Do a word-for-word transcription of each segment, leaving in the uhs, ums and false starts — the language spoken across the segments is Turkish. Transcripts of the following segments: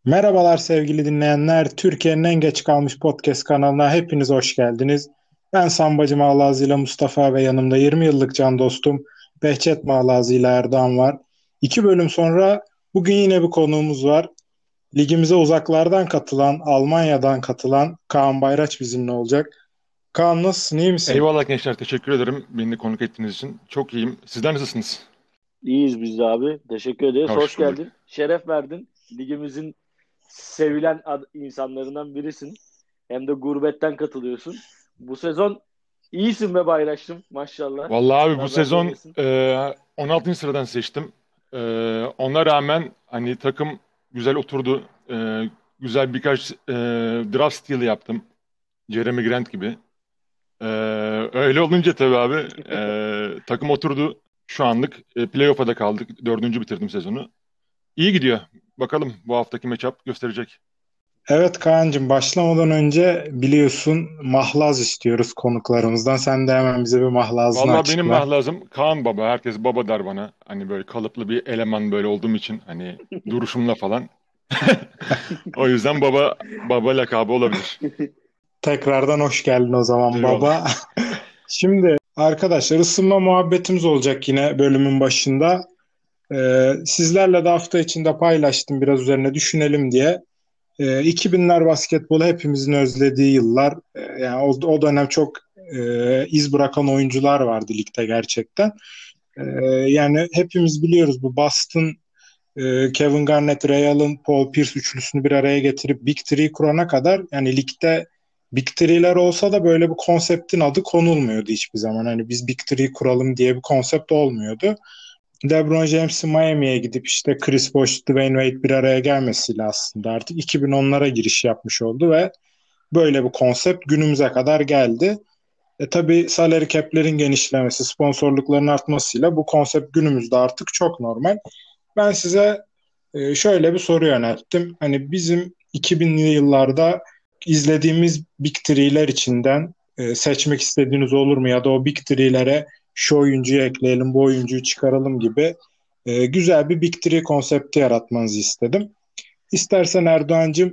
Merhabalar sevgili dinleyenler. Türkiye'nin en geç kalmış podcast kanalına hepiniz hoş geldiniz. Ben Sambacı Mağlazi ile Mustafa ve yanımda yirmi yıllık can dostum Behçet Mağlazi ile Erdoğan var. İki bölüm sonra bugün yine bir konuğumuz var. Ligimize uzaklardan katılan, Almanya'dan katılan Kaan Bayraç bizimle olacak. Kaan nasılsın, iyi misin? Eyvallah gençler, teşekkür ederim beni konuk ettiğiniz için. Çok iyiyim. Sizler nasılsınız? İyiyiz biz de abi. Teşekkür ederiz. Hoş Hoş bulduk. geldin. Şeref verdin. Ligimizin sevilen ad- insanlarından birisin. Hem de gurbetten katılıyorsun. Bu sezon iyisin be Bayraş'ım maşallah. Vallahi abi bu Nazar sezon değmesin. e, on altıncı sıradan seçtim. E, Ona rağmen hani takım güzel oturdu. E, güzel birkaç e, draft steal yaptım. Jeremy Grant gibi. E, Öyle olunca tabii abi e, takım oturdu. Şu anlık e, playoff'a da kaldık. Dördüncü bitirdim sezonu. İyi gidiyor. Bakalım bu haftaki matchup gösterecek. Evet Kaan'cığım, başlamadan önce biliyorsun mahlaz istiyoruz konuklarımızdan. Sen de hemen bize bir mahlazını Vallahi benim açıkla. mahlazım Kaan Baba. Herkes baba der bana. Hani böyle kalıplı bir eleman böyle olduğum için hani duruşumla falan. O yüzden baba baba lakabı olabilir. Tekrardan hoş geldin o zaman Eyvallah. baba. Şimdi arkadaşlar ısınma muhabbetimiz olacak yine bölümün başında. Ee, sizlerle de hafta içinde paylaştım biraz üzerine düşünelim diye. Ee, iki binler basketbolu hepimizin özlediği yıllar. Ee, yani o, o dönem çok e, iz bırakan oyuncular vardı ligde gerçekten. Ee, Yani hepimiz biliyoruz bu Boston, e, Kevin Garnett, Ray Allen, Paul Pierce üçlüsünü bir araya getirip Big Three kurana kadar yani ligde Big Three'ler olsa da böyle bir konseptin adı konulmuyordu hiçbir zaman. Hani biz Big Three kuralım diye bir konsept olmuyordu. LeBron James'in Miami'ye gidip işte Chris Bosh, Dwayne Wade bir araya gelmesiyle aslında artık iki bin onlara giriş yapmış oldu ve böyle bir konsept günümüze kadar geldi. E tabii salary cap'lerin genişlemesi, sponsorlukların artmasıyla bu konsept günümüzde artık çok normal. Ben size e, şöyle bir soru yönelttim. Hani bizim iki binli yıllarda izlediğimiz Big Three'ler içinden e, seçmek istediğiniz olur mu? Ya da o Big Three'lere şu oyuncuyu ekleyelim, bu oyuncuyu çıkaralım gibi e, güzel bir Big Three konsepti yaratmanızı istedim. İstersen Erdoğan'cığım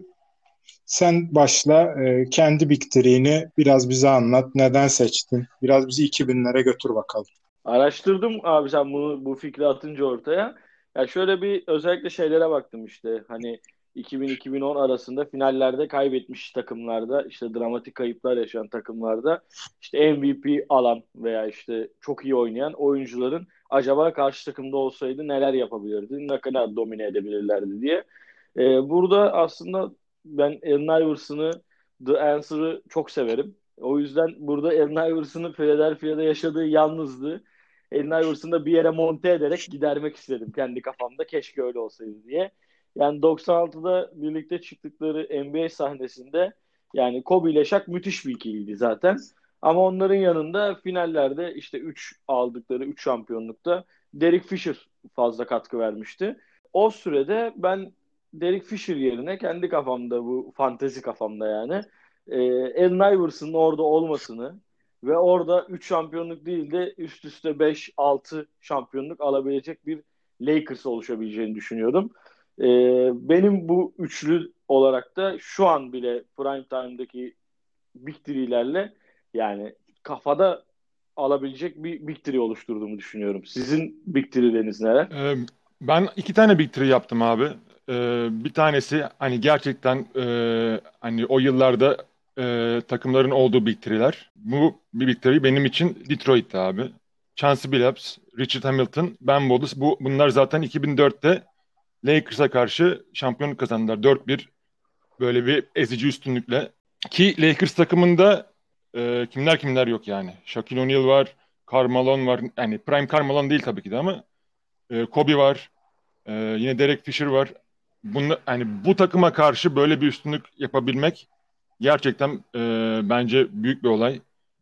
sen başla. E, kendi Big Three'ni biraz bize anlat. Neden seçtin? Biraz bizi iki binlere götür bakalım. Araştırdım abi sen bunu bu fikri atınca ortaya. Ya şöyle bir özellikle şeylere baktım işte. Hani iki bin-iki bin on arasında finallerde kaybetmiş takımlarda işte dramatik kayıplar yaşayan takımlarda işte M V P alan veya işte çok iyi oynayan oyuncuların acaba karşı takımda olsaydı neler yapabilirdi, ne kadar domine edebilirlerdi diye. Ee, burada aslında ben Allen Iverson'ı The Answer'ı çok severim. O yüzden burada Allen Iverson'ın Philadelphia'da yaşadığı yalnızlığı Allen Iverson'ı bir yere monte ederek gidermek istedim kendi kafamda. Keşke öyle olsaydı diye. Yani doksan altıda birlikte çıktıkları N B A sahnesinde yani Kobe ile Shaq müthiş bir ikiliydi zaten. Ama onların yanında finallerde işte üç aldıkları üç şampiyonlukta Derek Fisher fazla katkı vermişti. O sürede ben Derek Fisher yerine kendi kafamda bu fantezi kafamda yani e, Allen Iverson'ın orada olmasını ve orada üç şampiyonluk değil de üst üste beş altı şampiyonluk alabilecek bir Lakers oluşabileceğini düşünüyordum. E, Benim bu üçlü olarak da şu an bile prime time'daki Big Three'lerle yani kafada alabilecek bir Big Three oluşturduğumu düşünüyorum. Sizin Big Three'leriniz neler? Ee, Ben iki tane Big Three yaptım abi. Ee, bir tanesi hani gerçekten e, hani o yıllarda e, takımların olduğu Big Three'ler. Bu bir Big Three benim için Detroit'ti abi. Chauncey Billups, Richard Hamilton, Ben Wallace. Bu, bunlar zaten iki bin dörtte Lakers'a karşı şampiyonluk kazandılar. dört bir böyle bir ezici üstünlükle. Ki Lakers takımında e, kimler kimler yok yani. Shaquille O'Neal var, Karl Malone var. Yani prime Karl Malone değil tabii ki de ama e, Kobe var. E, yine Derek Fisher var. Bunu, hani bu takıma karşı böyle bir üstünlük yapabilmek gerçekten e, bence büyük bir olay.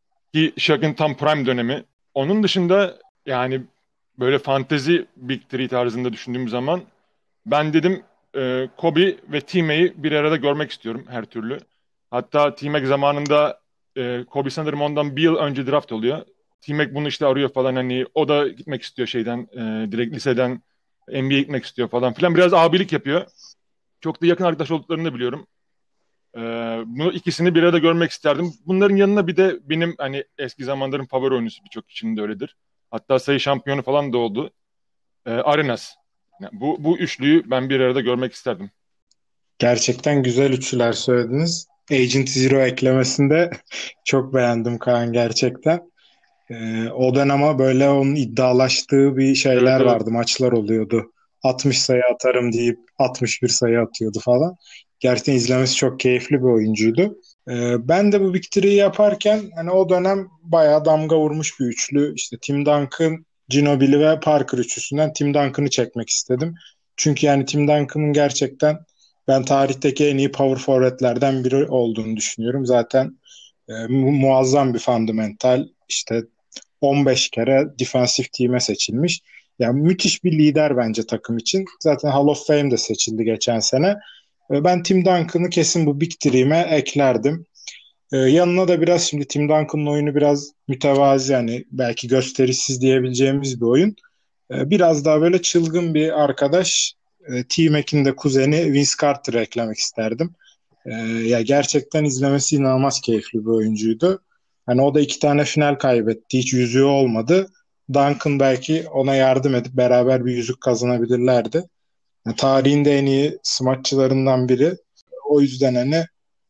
Ki Shaq'ın tam prime dönemi. Onun dışında yani böyle fantezi Big Three tarzında düşündüğüm zaman ben dedim e, Kobe ve T-Mac'i bir arada görmek istiyorum her türlü. Hatta T-Mac zamanında e, Kobe sanırım ondan bir yıl önce draft oluyor. T-Mac bunu işte arıyor falan hani o da gitmek istiyor şeyden e, direkt liseden N B A'ye gitmek istiyor falan filan. Biraz abilik yapıyor. Çok da yakın arkadaş olduklarını da biliyorum. Ee, bunu ikisini bir arada görmek isterdim. Bunların yanına bir de benim hani eski zamanların favori oyuncusu, birçok kişinin de öyledir. Hatta sayı şampiyonu falan da oldu. Ee, Arenas. Yani bu, bu üçlüyü ben bir arada görmek isterdim. Gerçekten güzel üçlüler söylediniz. Agent Zero eklemesinde çok beğendim Kaan gerçekten. Ee, o dönem böyle onun iddialaştığı bir şeyler Evet, evet. vardı, maçlar oluyordu. altmış sayı atarım deyip altmış bir sayı atıyordu falan. Gerçekten izlemesi çok keyifli bir oyuncuydu. Ee, ben de bu Victory'yi yaparken hani o dönem bayağı damga vurmuş bir üçlü. İşte Tim Duncan, Ginobili ve Parker üçlüsünden Tim Duncan'ı çekmek istedim. Çünkü yani Tim Duncan'ın gerçekten ben tarihteki en iyi power forwardlerden biri olduğunu düşünüyorum. Zaten e, mu- muazzam bir fundamental. İşte on beş kere defensive team'e seçilmiş. Yani müthiş bir lider bence takım için. Zaten Hall of Fame'de seçildi geçen sene. E, Ben Tim Duncan'ı kesin bu Big Three'ime eklerdim. E, yanına da biraz şimdi Tim Duncan'ın oyunu biraz mütevazi, yani belki gösterişsiz diyebileceğimiz bir oyun. E, biraz daha böyle çılgın bir arkadaş. E, T-Mac'in de kuzeni Vince Carter'ı eklemek isterdim. Ee, ya gerçekten izlemesi inanılmaz keyifli bir oyuncuydu. Hani o da iki tane final kaybetti. Hiç yüzüğü olmadı. Duncan belki ona yardım edip beraber bir yüzük kazanabilirlerdi. Yani tarihin de en iyi smaççılarından biri. O yüzden hani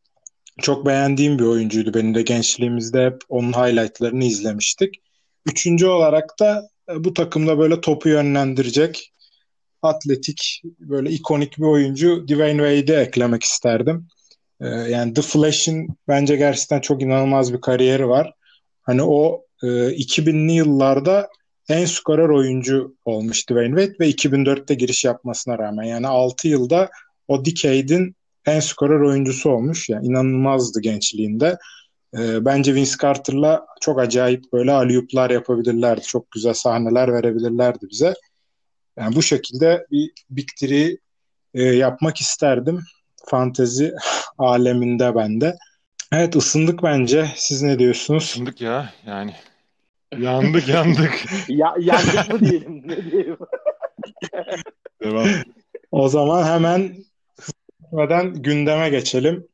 çok beğendiğim bir oyuncuydu. Benim de gençliğimizde hep onun highlightlarını izlemiştik. Üçüncü olarak da e, bu takımda böyle topu yönlendirecek atletik, böyle ikonik bir oyuncu Dwayne Wade'i eklemek isterdim. Ee, yani The Flash'in bence gerçekten çok inanılmaz bir kariyeri var. Hani o e, iki binli yıllarda en skorer oyuncu olmuş Dwayne Wade ve iki bin dörtte giriş yapmasına rağmen. Yani altı yılda o decade'in en skorer oyuncusu olmuş. Yani inanılmazdı gençliğinde. Ee, bence Vince Carter'la çok acayip böyle alley-oop'lar yapabilirlerdi. Çok güzel sahneler verebilirlerdi bize. Yani bu şekilde bir Big Three e, yapmak isterdim. Fantezi aleminde bende. Evet, ısındık bence. Siz ne diyorsunuz? Isındık ya yani. Yandık yandık. Ya, yandık mı diyelim, ne diyelim. Devam. O zaman hemen gitmeden gündeme geçelim.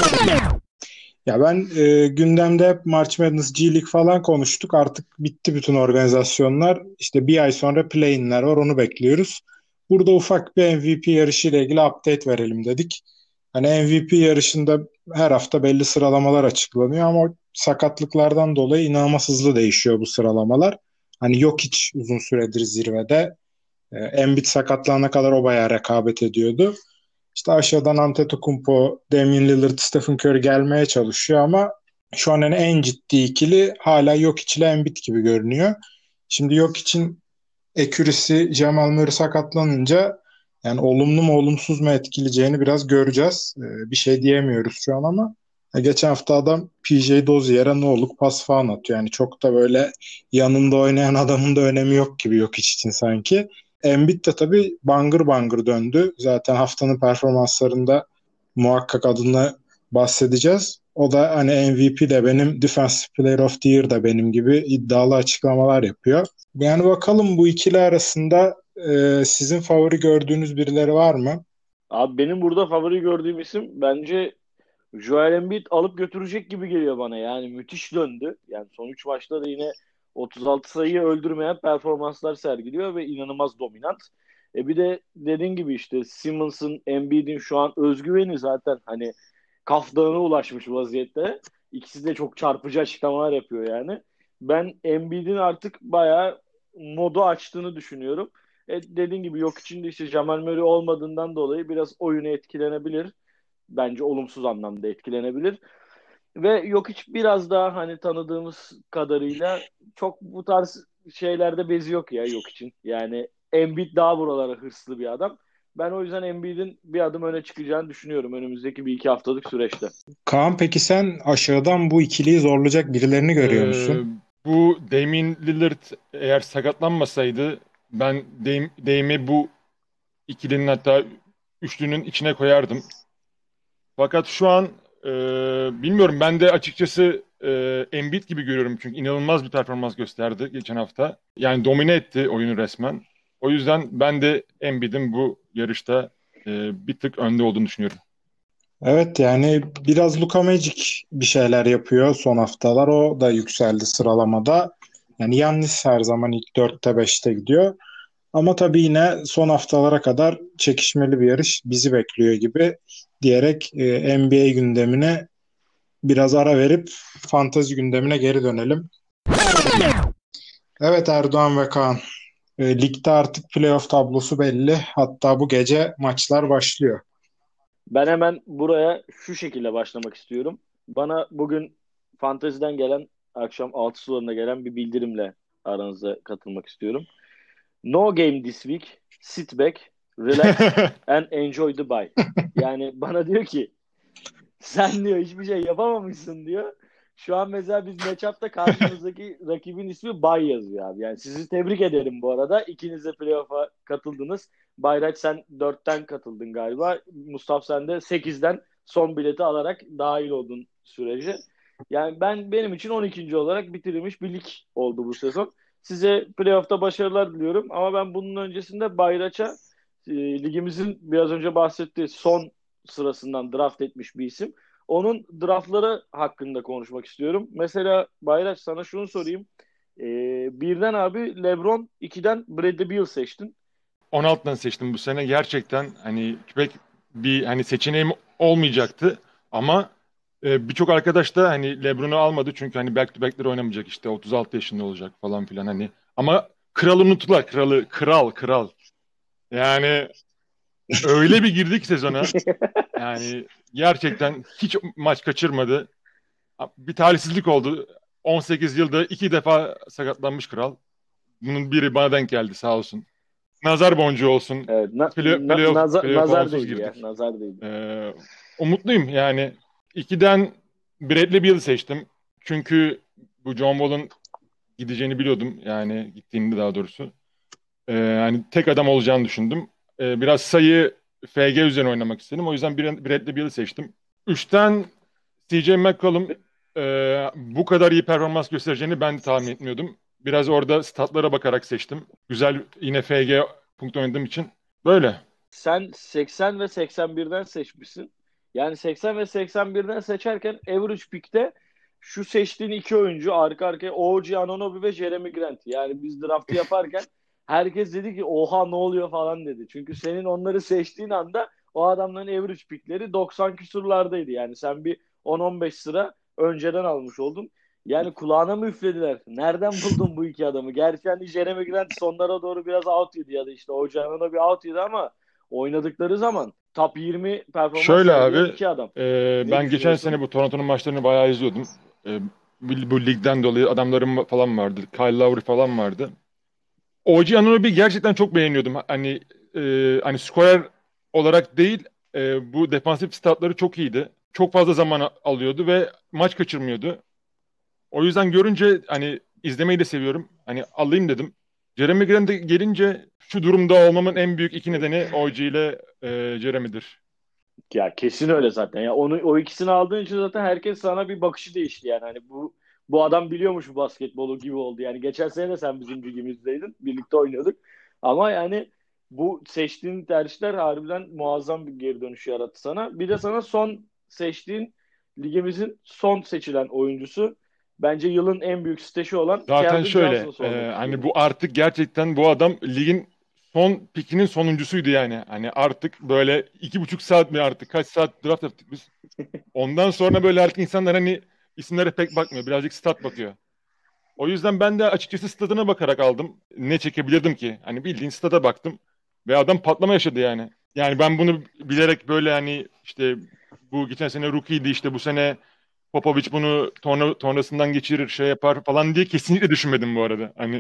Ya ben e, gündemde hep March Madness, G League falan konuştuk. Artık bitti bütün organizasyonlar. İşte bir ay sonra play-in'ler var, onu bekliyoruz. Burada ufak bir M V P yarışı ile ilgili update verelim dedik. Hani M V P yarışında her hafta belli sıralamalar açıklanıyor ama sakatlıklardan dolayı inanılmaz hızlı değişiyor bu sıralamalar. Hani yok, hiç uzun süredir zirvede. E, Embiid sakatlanana kadar o bayağı rekabet ediyordu. İşte aşağıdan Antetokounmpo, Damian Lillard, Stephen Curry gelmeye çalışıyor ama şu an hani en ciddi ikili hala Jokic ile Embiid gibi görünüyor. Şimdi Jokic'in accuracy, Jamal Murray sakatlanınca yani olumlu mu olumsuz mu etkileyeceğini biraz göreceğiz. Ee, bir şey diyemiyoruz şu an ama ya geçen hafta adam P J Dozier'e ne oluk pas falan atıyor. Yani çok da böyle yanında oynayan adamın da önemi yok gibi Jokic için sanki. Embiid de tabii bangır bangır döndü. Zaten haftanın performanslarında muhakkak adını bahsedeceğiz. O da hani M V P de benim, Defensive Player of the Year da benim gibi iddialı açıklamalar yapıyor. Yani bakalım bu ikili arasında e, sizin favori gördüğünüz birileri var mı? Abi benim burada favori gördüğüm isim bence Joel Embiid alıp götürecek gibi geliyor bana. Yani müthiş döndü. Yani son üç maçta da yine otuz altı sayıyı öldürmeyen performanslar sergiliyor ve inanılmaz dominant. E bir de dediğin gibi işte Simmons'ın, Embiid'in şu an özgüveni zaten hani Kaf Dağı'na ulaşmış vaziyette. İkisi de çok çarpıcı açıklamalar yapıyor yani. Ben Embiid'in artık bayağı modu açtığını düşünüyorum. E dediğin gibi yok içinde işte Jamal Murray olmadığından dolayı biraz oyunu etkilenebilir. Bence olumsuz anlamda etkilenebilir. Ve yok hiç biraz daha hani tanıdığımız kadarıyla çok bu tarz şeylerde bezi yok ya yok için. Yani Embiid daha buralara hırslı bir adam. Ben o yüzden Embiid'in bir adım öne çıkacağını düşünüyorum önümüzdeki bir iki haftalık süreçte. Kaan, peki sen aşağıdan bu ikiliyi zorlayacak birilerini görüyor Ee, musun? bu Damian Lillard eğer sakatlanmasaydı ben Dame, Dame'i bu ikilinin, hatta üçlünün içine koyardım. Fakat şu an e, bilmiyorum, ben de açıkçası e, Embiid gibi görüyorum çünkü inanılmaz bir performans gösterdi geçen hafta. Yani domine etti oyunu resmen. O yüzden ben de Embiid'in bu yarışta e, bir tık önde olduğunu düşünüyorum. Evet yani biraz Luka Magic bir şeyler yapıyor son haftalar. O da yükseldi sıralamada. Yani Yannis her zaman ilk dörtte beşte gidiyor. Ama tabii yine son haftalara kadar çekişmeli bir yarış bizi bekliyor gibi diyerek e, N B A gündemine biraz ara verip fantazi gündemine geri dönelim. Evet Erdoğan ve Kaan. E, ligde artık playoff tablosu belli. Hatta bu gece maçlar başlıyor. Ben hemen buraya şu şekilde başlamak istiyorum. Bana bugün Fantazi'den gelen, akşam altı sularında gelen bir bildirimle aranıza katılmak istiyorum. No game this week. Sit back, relax and enjoy the bye. Yani bana diyor ki sen diyor hiçbir şey yapamamışsın diyor. Şu an mesela biz matchup'ta karşımızdaki rakibin ismi Bay yazıyor abi. Yani sizi tebrik ederim bu arada. İkiniz de playoff'a katıldınız. Bayraç sen dörtten katıldın galiba. Mustafa sen de sekizden son bileti alarak dahil oldun sürece. Yani ben benim için on ikinci olarak bitirilmiş bir lig oldu bu sezon. Size playoff'ta başarılar diliyorum ama ben bunun öncesinde Bayraç'a e, ligimizin biraz önce bahsettiği son sırasından draft etmiş bir isim. Onun draftları hakkında konuşmak istiyorum. Mesela Bayraç sana şunu sorayım. Ee, birden abi LeBron, ikiden Bradley Beal seçtin. on altıdan seçtim bu sene. Gerçekten hani pek bir hani seçeneğim olmayacaktı ama e, birçok arkadaş da hani LeBron'u almadı çünkü hani back to back'ler oynamayacak işte otuz altı yaşında olacak falan filan hani. Ama kralı unuttular. Kralı, kral, kral. Yani öyle bir girdik sezona. Yani gerçekten hiç maç kaçırmadı. Bir talihsizlik oldu. on sekiz yılda iki defa sakatlanmış kral. Bunun biri bana denk geldi sağ olsun. Nazar boncuğu olsun. Evet, na- Play, na- playoff, naza- playoff'a nazar onsuz değdi ya. girdik. Nazar değdi. Ee, umutluyum yani. İkiden Bradley Beal'ı seçtim. Çünkü bu John Wall'un gideceğini biliyordum. Yani gittiğini daha doğrusu. Ee, yani tek adam olacağını düşündüm. Ee, biraz sayı F G üzerine oynamak istedim. O yüzden bir- Bradley Beal'ı seçtim. Üçten C J McCollum e, bu kadar iyi performans göstereceğini ben de tahmin etmiyordum. Biraz orada statlara bakarak seçtim. Güzel yine F G punkt oynadığım için. Böyle. Sen seksen ve seksen birden seçmişsin. Yani seksen ve seksen birden seçerken average pick'te şu seçtiğin iki oyuncu arka arkaya O G Anunoby ve Jeremy Grant. Yani biz draftı yaparken herkes dedi ki oha ne oluyor falan dedi. Çünkü senin onları seçtiğin anda o adamların average pickleri doksan küsurlardaydı. Yani sen bir on on beş sıra önceden almış oldun. Yani kulağına mı üflediler? Nereden buldun bu iki adamı? Gerçi hani Jeremy Grant sonlara doğru biraz out yedi ya da işte O G Anunoby out yedi ama oynadıkları zaman top yirmi performans Şöyle sergileyen abi, iki adam. e, Ne ben geçen düşünüyorsun? sene bu Toronto'nun maçlarını bayağı izliyordum. E, bu, bu ligden dolayı adamlarım falan vardı. Kyle Lowry falan vardı. O G Anunoby'yi gerçekten çok beğeniyordum. Hani e, hani skorer olarak değil, e, bu defansif statları çok iyiydi. Çok fazla zaman a- alıyordu ve maç kaçırmıyordu. O yüzden görünce hani izlemeyi de seviyorum. Hani alayım dedim. Jeremy Grant'e gelince şu durumda olmamın en büyük iki nedeni O G ile e, Jeremy'dir. Ya kesin öyle zaten. Ya onu o ikisini aldığın için zaten herkes sana bir bakışı değişti yani. Hani bu bu adam biliyormuş bu basketbolu gibi oldu. Yani geçen sene de sen bizim ligimizdeydin. Birlikte oynuyorduk. Ama yani bu seçtiğin tercihler harbiden muazzam bir geri dönüş yarattı sana. Bir de sana son seçtiğin ligimizin son seçilen oyuncusu bence yılın en büyük steşi olan Zaten Keldon şöyle, Johnson'ı e, sormak hani istiyorum. bu artık gerçekten bu adam ligin son pikinin sonuncusuydu yani. Hani artık böyle iki buçuk saat mi artık kaç saat draft yaptık biz. Ondan sonra böyle artık insanlar hani isimlere pek bakmıyor. Birazcık stat bakıyor. O yüzden ben de açıkçası statına bakarak aldım. Ne çekebilirdim ki? Hani bildiğin stada baktım. Ve adam patlama yaşadı yani. Yani ben bunu bilerek böyle hani işte bu geçen sene rookie'ydi işte bu sene Popovic bunu torna, tornasından geçirir şey yapar falan diye kesinlikle düşünmedim bu arada. Hani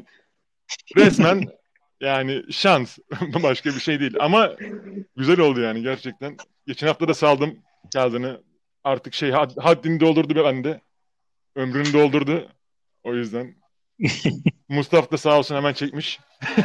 resmen yani şans başka bir şey değil. Ama güzel oldu yani gerçekten. Geçen hafta da saldım kağıdını. Artık şey had, haddini doldurdu bende. Ömrünü doldurdu. O yüzden. Mustafa da sağ olsun hemen çekmiş.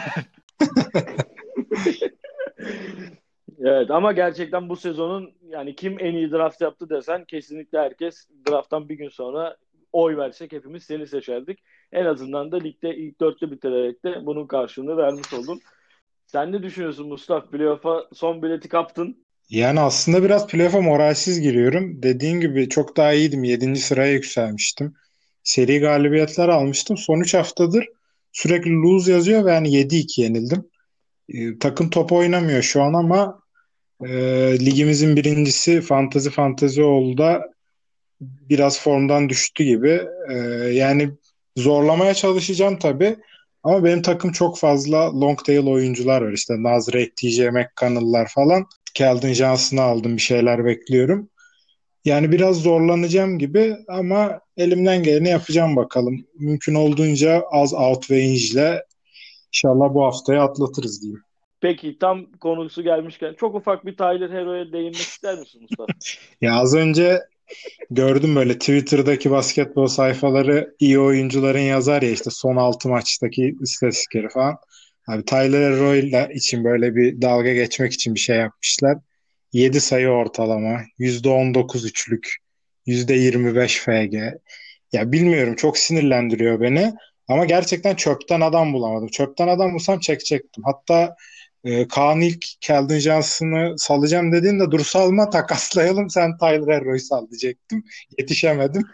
Evet ama gerçekten bu sezonun yani kim en iyi draft yaptı desen kesinlikle herkes drafttan bir gün sonra oy versek hepimiz seni seçerdik. En azından da ligde ilk dörtte bitirerek de bunun karşılığını vermiş oldun. Sen ne düşünüyorsun Mustafa? Playoff'a son bileti kaptın. Yani aslında biraz playoff'a moralsiz giriyorum. Dediğin gibi çok daha iyiydim. Yedinci sıraya yükselmiştim. Seri galibiyetler almıştım. Son üç haftadır sürekli lose yazıyor ve yani yedi iki yenildim. Ee, takım top oynamıyor şu an ama e, ligimizin birincisi Fantazi Fantazioğlu'da biraz formdan düştü gibi. Ee, yani zorlamaya çalışacağım tabii. Ama benim takım çok fazla long tail oyuncular var. İşte Nazire, T J McConnell'lar falan. Keldon Johnson'ı aldım, bir şeyler bekliyorum. Yani biraz zorlanacağım gibi ama elimden geleni yapacağım bakalım. Mümkün olduğunca az out range inşallah bu haftayı atlatırız diyeyim. Peki tam konusu gelmişken çok ufak bir Tyler Herro'ya değinmek ister misin Mustafa? Ya az önce gördüm böyle Twitter'daki basketbol sayfaları, iyi oyuncuların yazar ya işte son altı maçtaki istatistikleri falan. Abi Tyler Herro ile için böyle bir dalga geçmek için bir şey yapmışlar. Yedi sayı ortalama, yüzde on dokuz üçlük, yüzde yirmi beş F G. Ya bilmiyorum, çok sinirlendiriyor beni. Ama gerçekten çöpten adam bulamadım. Çöpten adam bulsam çekecektim. Hatta e, Kaan ilk Keldon Johnson'ı salacağım dediğinde dur salma, takaslayalım, sen Tyler Herro'yu sal diyecektim. Yetişemedim.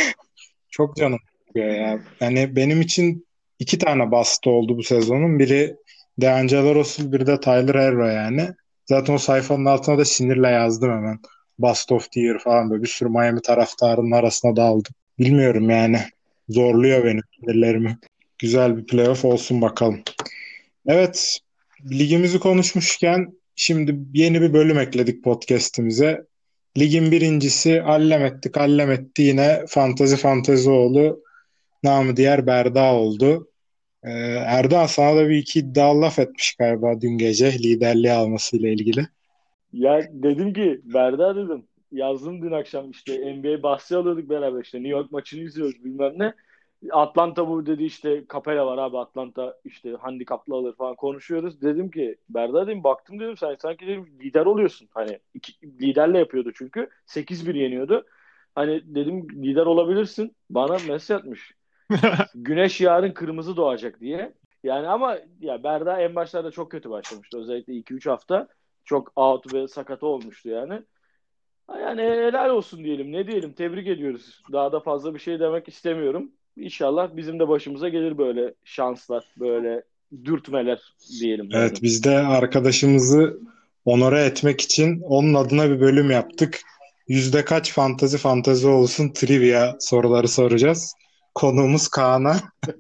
Çok canım sıkıyor ya. Yani benim için iki tane bastı oldu bu sezonun. Biri DeAngelo Russell, biri de Tyler Herro yani. Zaten o sayfanın altına da sinirle yazdım hemen. Bust of the Year falan, böyle bir sürü Miami taraftarının arasına daldım. Bilmiyorum yani. Zorluyor benim sinirlerimi. Güzel bir playoff olsun bakalım. Evet, ligimizi konuşmuşken şimdi yeni bir bölüm ekledik podcast'imize. Ligin birincisi allem ettik, allem etti yine Fantazi Fantazioğlu, namı diğer Berda oldu. Ee, Erdoğan sana da bir iki iddia laf etmiş galiba dün gece liderliği almasıyla ilgili. Ya dedim ki Berda dedim. Yazdım dün akşam işte N B A bahsi alıyorduk beraber işte New York maçını izliyoruz bilmem ne. Atlanta bu dedi işte Capela var abi Atlanta işte handikaplı alır falan konuşuyoruz. Dedim ki Berda dedim baktım dedim sen sanki dedim lider oluyorsun. Hani iki, liderle yapıyordu çünkü sekiz bir yeniyordu. Hani dedim lider olabilirsin. Bana mesaj atmış. Güneş yarın kırmızı doğacak diye. Yani ama ya Berda en başlarda çok kötü başlamıştı. Özellikle iki üç hafta çok out ve sakatı olmuştu yani. Ha, yani helal olsun diyelim. Ne diyelim? Tebrik ediyoruz. Daha da fazla bir şey demek istemiyorum. İnşallah bizim de başımıza gelir böyle şanslar, böyle dürtmeler diyelim yani. Evet, biz de arkadaşımızı onore etmek için onun adına bir bölüm yaptık. Yüzde kaç fantazi fantazi olsun trivia soruları soracağız. Konuğumuz Kaan'a.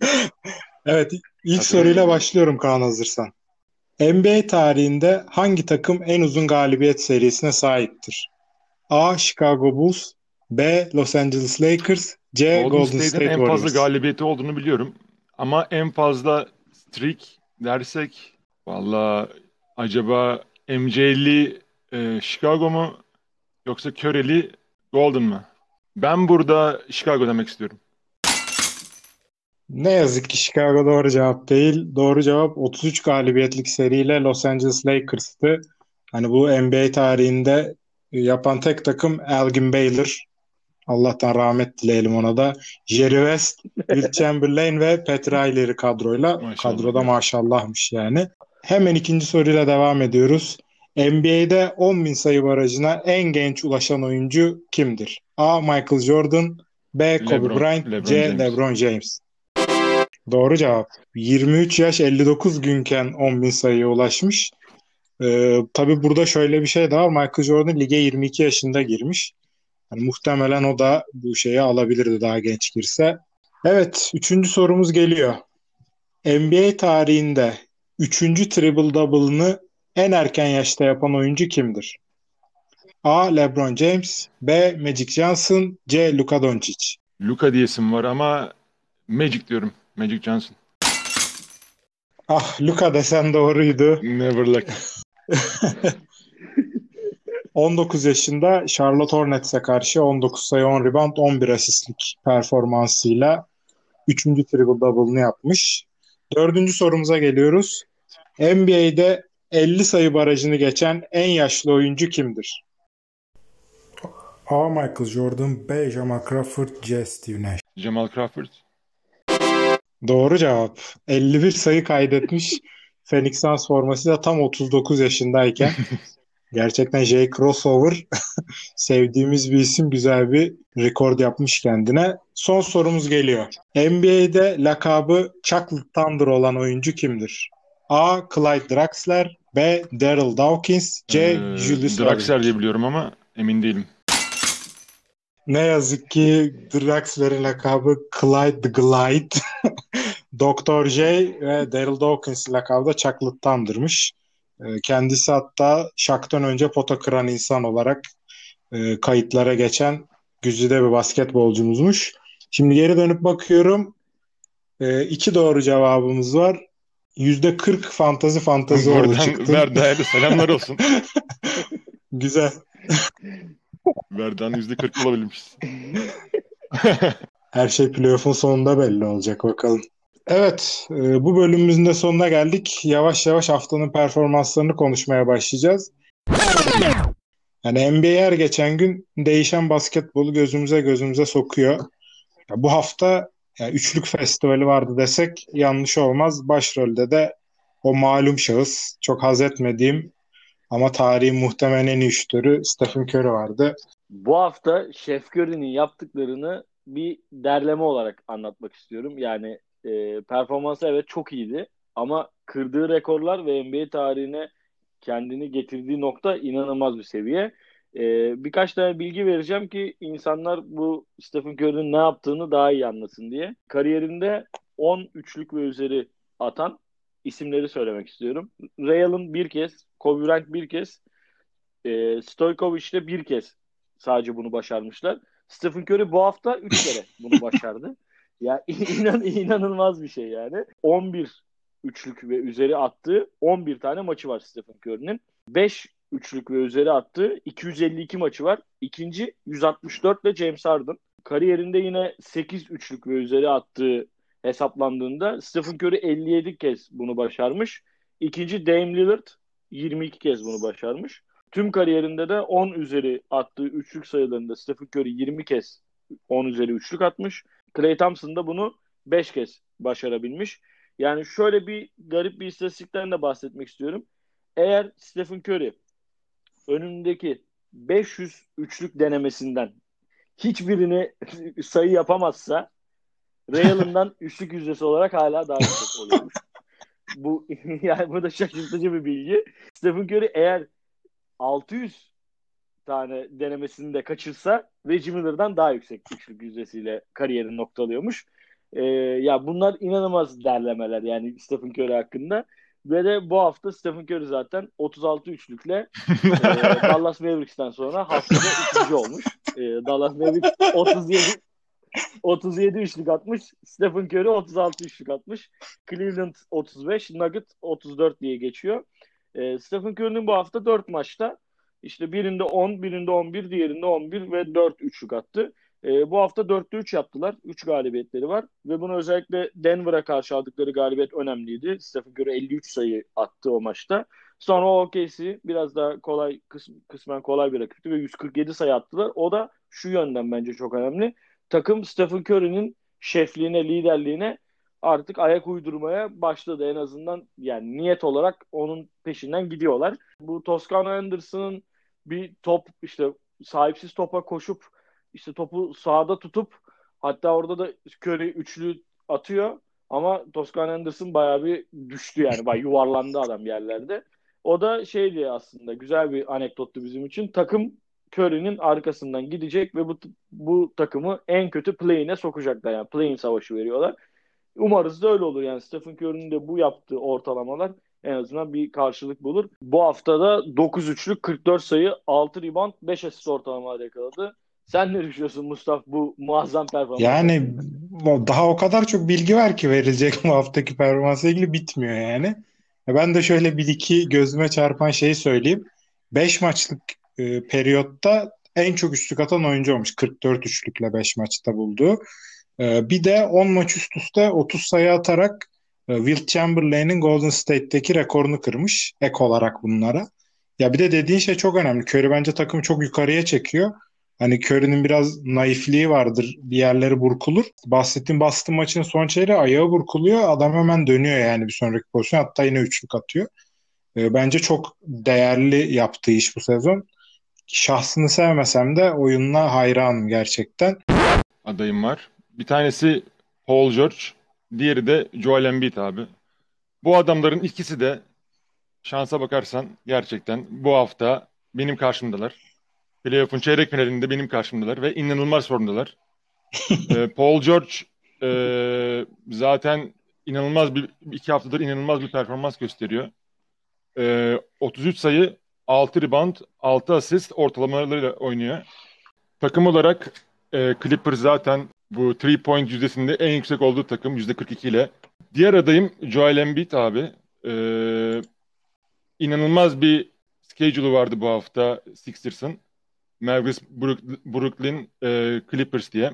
Evet, ilk Hazırım. soruyla başlıyorum Kaan, hazırsan. N B A tarihinde hangi takım en uzun galibiyet serisine sahiptir? A. Chicago Bulls, B. Los Angeles Lakers, C. Golden Golden State'in State en fazla Warriors. galibiyeti olduğunu biliyorum. Ama en fazla streak dersek valla acaba M C'li e, Chicago mu yoksa Curry'li Golden mı? Ben burada Chicago demek istiyorum. Ne yazık ki Chicago doğru cevap değil. Doğru cevap otuz üç galibiyetlik seriyle Los Angeles Lakers'tı. Hani bu N B A tarihinde yapan tek takım Elgin Baylor. Allah'tan rahmet dileyelim ona da. Jerry West, Will Chamberlain ve Pat Riley'li kadroyla. Maşallah. Kadroda maşallahmış yani. Hemen ikinci soruyla devam ediyoruz. N B A'de on bin sayı barajına en genç ulaşan oyuncu kimdir? A. Michael Jordan, B. Kobe LeBron, Bryant, LeBron C. James. LeBron James. Doğru cevap. yirmi üç yaş elli dokuz günken on bin sayıya ulaşmış. Ee, tabii burada şöyle bir şey daha var. Michael Jordan lige yirmi iki yaşında girmiş. Yani muhtemelen o da bu şeyi alabilirdi daha genç girse. Evet, üçüncü sorumuz geliyor. N B A tarihinde üçüncü triple double'ını en erken yaşta yapan oyuncu kimdir? A. LeBron James, B. Magic Johnson, C. Luka Doncic. Luka diyesim var ama Magic diyorum. Magic Johnson. Ah, Luka desen doğruydu. Never luck. on dokuz yaşında Charlotte Hornets'e karşı on dokuz sayı, on rebound, on bir asistlik performansıyla üçüncü triple double'ını yapmış. Dördüncü sorumuza geliyoruz. N B A'de elli sayı barajını geçen en yaşlı oyuncu kimdir? A. Michael Jordan, B. Jamal Crawford, C. Steve Nash. Jamal Crawford. Doğru cevap. elli bir sayı kaydetmiş. Phoenix Suns formasıyla tam otuz dokuz yaşındayken gerçekten J Crossover sevdiğimiz bir isim, güzel bir rekord yapmış kendine. Son sorumuz geliyor. N B A'de lakabı Chocolate Thunder olan oyuncu kimdir? A. Clyde Drexler, B. Daryl Dawkins, Ee, C. Julius Draxler diye Erving. biliyorum ama emin değilim. Ne yazık ki Drexler'in lakabı Clyde the Glide. doktor J ve Daryl Dawkins lakabı da Chocolate Thunder'mış. Ee, Kendisi hatta Shaq'tan önce pota kıran insan olarak e, kayıtlara geçen güzide bir basketbolcumuzmuş. Şimdi geri dönüp bakıyorum. E, iki doğru cevabımız var. yüzde kırk fantazi fantazi oldu Buradan çıktın. Verda'ya da selamlar olsun. Güzel. Verda'nın yüzde kırk bulabilmişiz. Her şey playoff'un sonunda belli olacak bakalım. Evet, e, bu bölümümüzün de sonuna geldik. Yavaş yavaş haftanın performanslarını konuşmaya başlayacağız. Yani N B A her geçen gün değişen basketbolu gözümüze gözümüze sokuyor. Ya bu hafta ya üçlük festivali vardı desek yanlış olmaz. Başrolde de o malum şahıs, çok haz etmediğim ama tarihin muhtemelen en iyi şutörü Stephen Curry vardı. Bu hafta Chef Curry'nin yaptıklarını bir derleme olarak anlatmak istiyorum. Yani e, performansı evet çok iyiydi ama kırdığı rekorlar ve N B A tarihine kendini getirdiği nokta inanılmaz bir seviye. E, birkaç tane bilgi vereceğim ki insanlar bu Stephen Curry'nin ne yaptığını daha iyi anlasın diye. Kariyerinde on üçlük ve üzeri atan isimleri söylemek istiyorum. Ray Allen bir kez, Kobe Bryant bir kez, e, Stojkovic de bir kez sadece bunu başarmışlar. Stephen Curry bu hafta üç kere bunu başardı. Ya inan inanılmaz bir şey yani. on bir üçlük ve üzeri attığı on bir tane maçı var Stephen Curry'nin. beş üçlük ve üzeri attığı iki yüz elli iki maçı var. İkinci yüz altmış dört ile James Harden. Kariyerinde yine sekiz üçlük ve üzeri attığı hesaplandığında Stephen Curry elli yedi kez bunu başarmış. İkinci Dame Lillard yirmi iki kez bunu başarmış. Tüm kariyerinde de on üzeri attığı üçlük sayılarında Stephen Curry yirmi kez on üzeri üçlük atmış. Klay Thompson da bunu beş kez başarabilmiş. Yani şöyle bir garip bir istatistikten de bahsetmek istiyorum. Eğer Stephen Curry önündeki beş yüz üçlük denemesinden hiçbirini sayı yapamazsa Ray Allen'dan üçlük yüzdesi olarak hala daha yüksek oluyormuş. Bu yani bu da şaşırtıcı bir bilgi. Stephen Curry eğer altı yüz tane denemesini de kaçırsa Reggie Miller'dan daha yüksek üçlük yüzdesiyle kariyerini noktalıyormuş. Ee, ya bunlar inanılmaz derlemeler yani Stephen Curry hakkında. Ve de bu hafta Stephen Curry zaten otuz altı üçlükle e, Dallas Mavericks'ten sonra haftada ikinci olmuş. E, Dallas Mavericks otuz yedi otuz yedi üçlük atmış. Stephen Curry otuz altı üçlük atmış. Cleveland otuz beş, Nugget otuz dört diye geçiyor. E, Stephen Curry'nin bu hafta dört maçta işte birinde on, birinde on bir, diğerinde on bir ve dört üçlük attı. E, bu hafta dörtte üç yaptılar. üç galibiyetleri var. Ve bunu özellikle Denver'a karşı aldıkları galibiyet önemliydi. Stephen Curry elli üç sayı attı o maçta. Sonra O K C biraz daha kolay, kısm, kısmen kolay bir rakipti ve yüz kırk yedi sayı attılar. O da şu yönden bence çok önemli. Takım Stephen Curry'nin şefliğine, liderliğine artık ayak uydurmaya başladı. En azından yani niyet olarak onun peşinden gidiyorlar. Bu Toscano Anderson'ın bir top işte sahipsiz topa koşup işte topu sahada tutup hatta orada da Curry üçlü atıyor ama Toscano Anderson bayağı bir düştü yani bayağı yuvarlandı adam yerlerde. O da şeydi aslında güzel bir anekdottu bizim için. Takım Curry'nin arkasından gidecek ve bu bu takımı en kötü play-in'e sokacaklar. Yani play-in savaşı veriyorlar. Umarız da öyle olur. Yani Stephen Curry'nin de bu yaptığı ortalamalar en azından bir karşılık bulur. Bu haftada dokuz üçlük, kırk dört sayı, altı rebound, beş asist ortalama yakaladı. Sen ne düşünüyorsun Mustafa bu muazzam performans Yani hakkında? daha o kadar çok bilgi var ki verilecek bu haftaki performansla ilgili bitmiyor yani. Ben de şöyle bir iki gözüme çarpan şeyi söyleyeyim. beş maçlık e, periyotta en çok üçlük atan oyuncu olmuş. kırk dört üçlükle beş maçta buldu. E, bir de on maç üst üste otuz sayı atarak e, Wilt Chamberlain'in Golden State'teki rekorunu kırmış. Ek olarak bunlara. Ya bir de dediğin şey çok önemli. Curry bence takımı çok yukarıya çekiyor. Hani Curry'nin biraz naifliği vardır. Bir yerleri burkulur. Bahsettiğim Boston maçının son çeyreği ayağı burkuluyor. Adam hemen dönüyor yani bir sonraki pozisyon. Hatta yine üçlük atıyor. E, bence çok değerli yaptığı iş bu sezon. Şahsını sevmesem de oyununa hayranım gerçekten. Adayım var. Bir tanesi Paul George, diğeri de Joel Embiid abi. Bu adamların ikisi de şansa bakarsan gerçekten bu hafta benim karşımdalar. Playoff'un çeyrek finalinde benim karşımdalar ve inanılmaz formdalar. Ee, Paul George e, zaten inanılmaz bir iki haftadır inanılmaz bir performans gösteriyor. Ee, otuz üç sayı, altı rebound, altı asist ortalamalarıyla oynuyor. Takım olarak e, Clippers zaten bu three point yüzdesinde en yüksek olduğu takım yüzde kırk iki ile. Diğer adayım Joel Embiid abi. Ee, inanılmaz bir schedule'u vardı bu hafta Sixers'ın. Mavericks, Brook- Brooklyn, e, Clippers diye.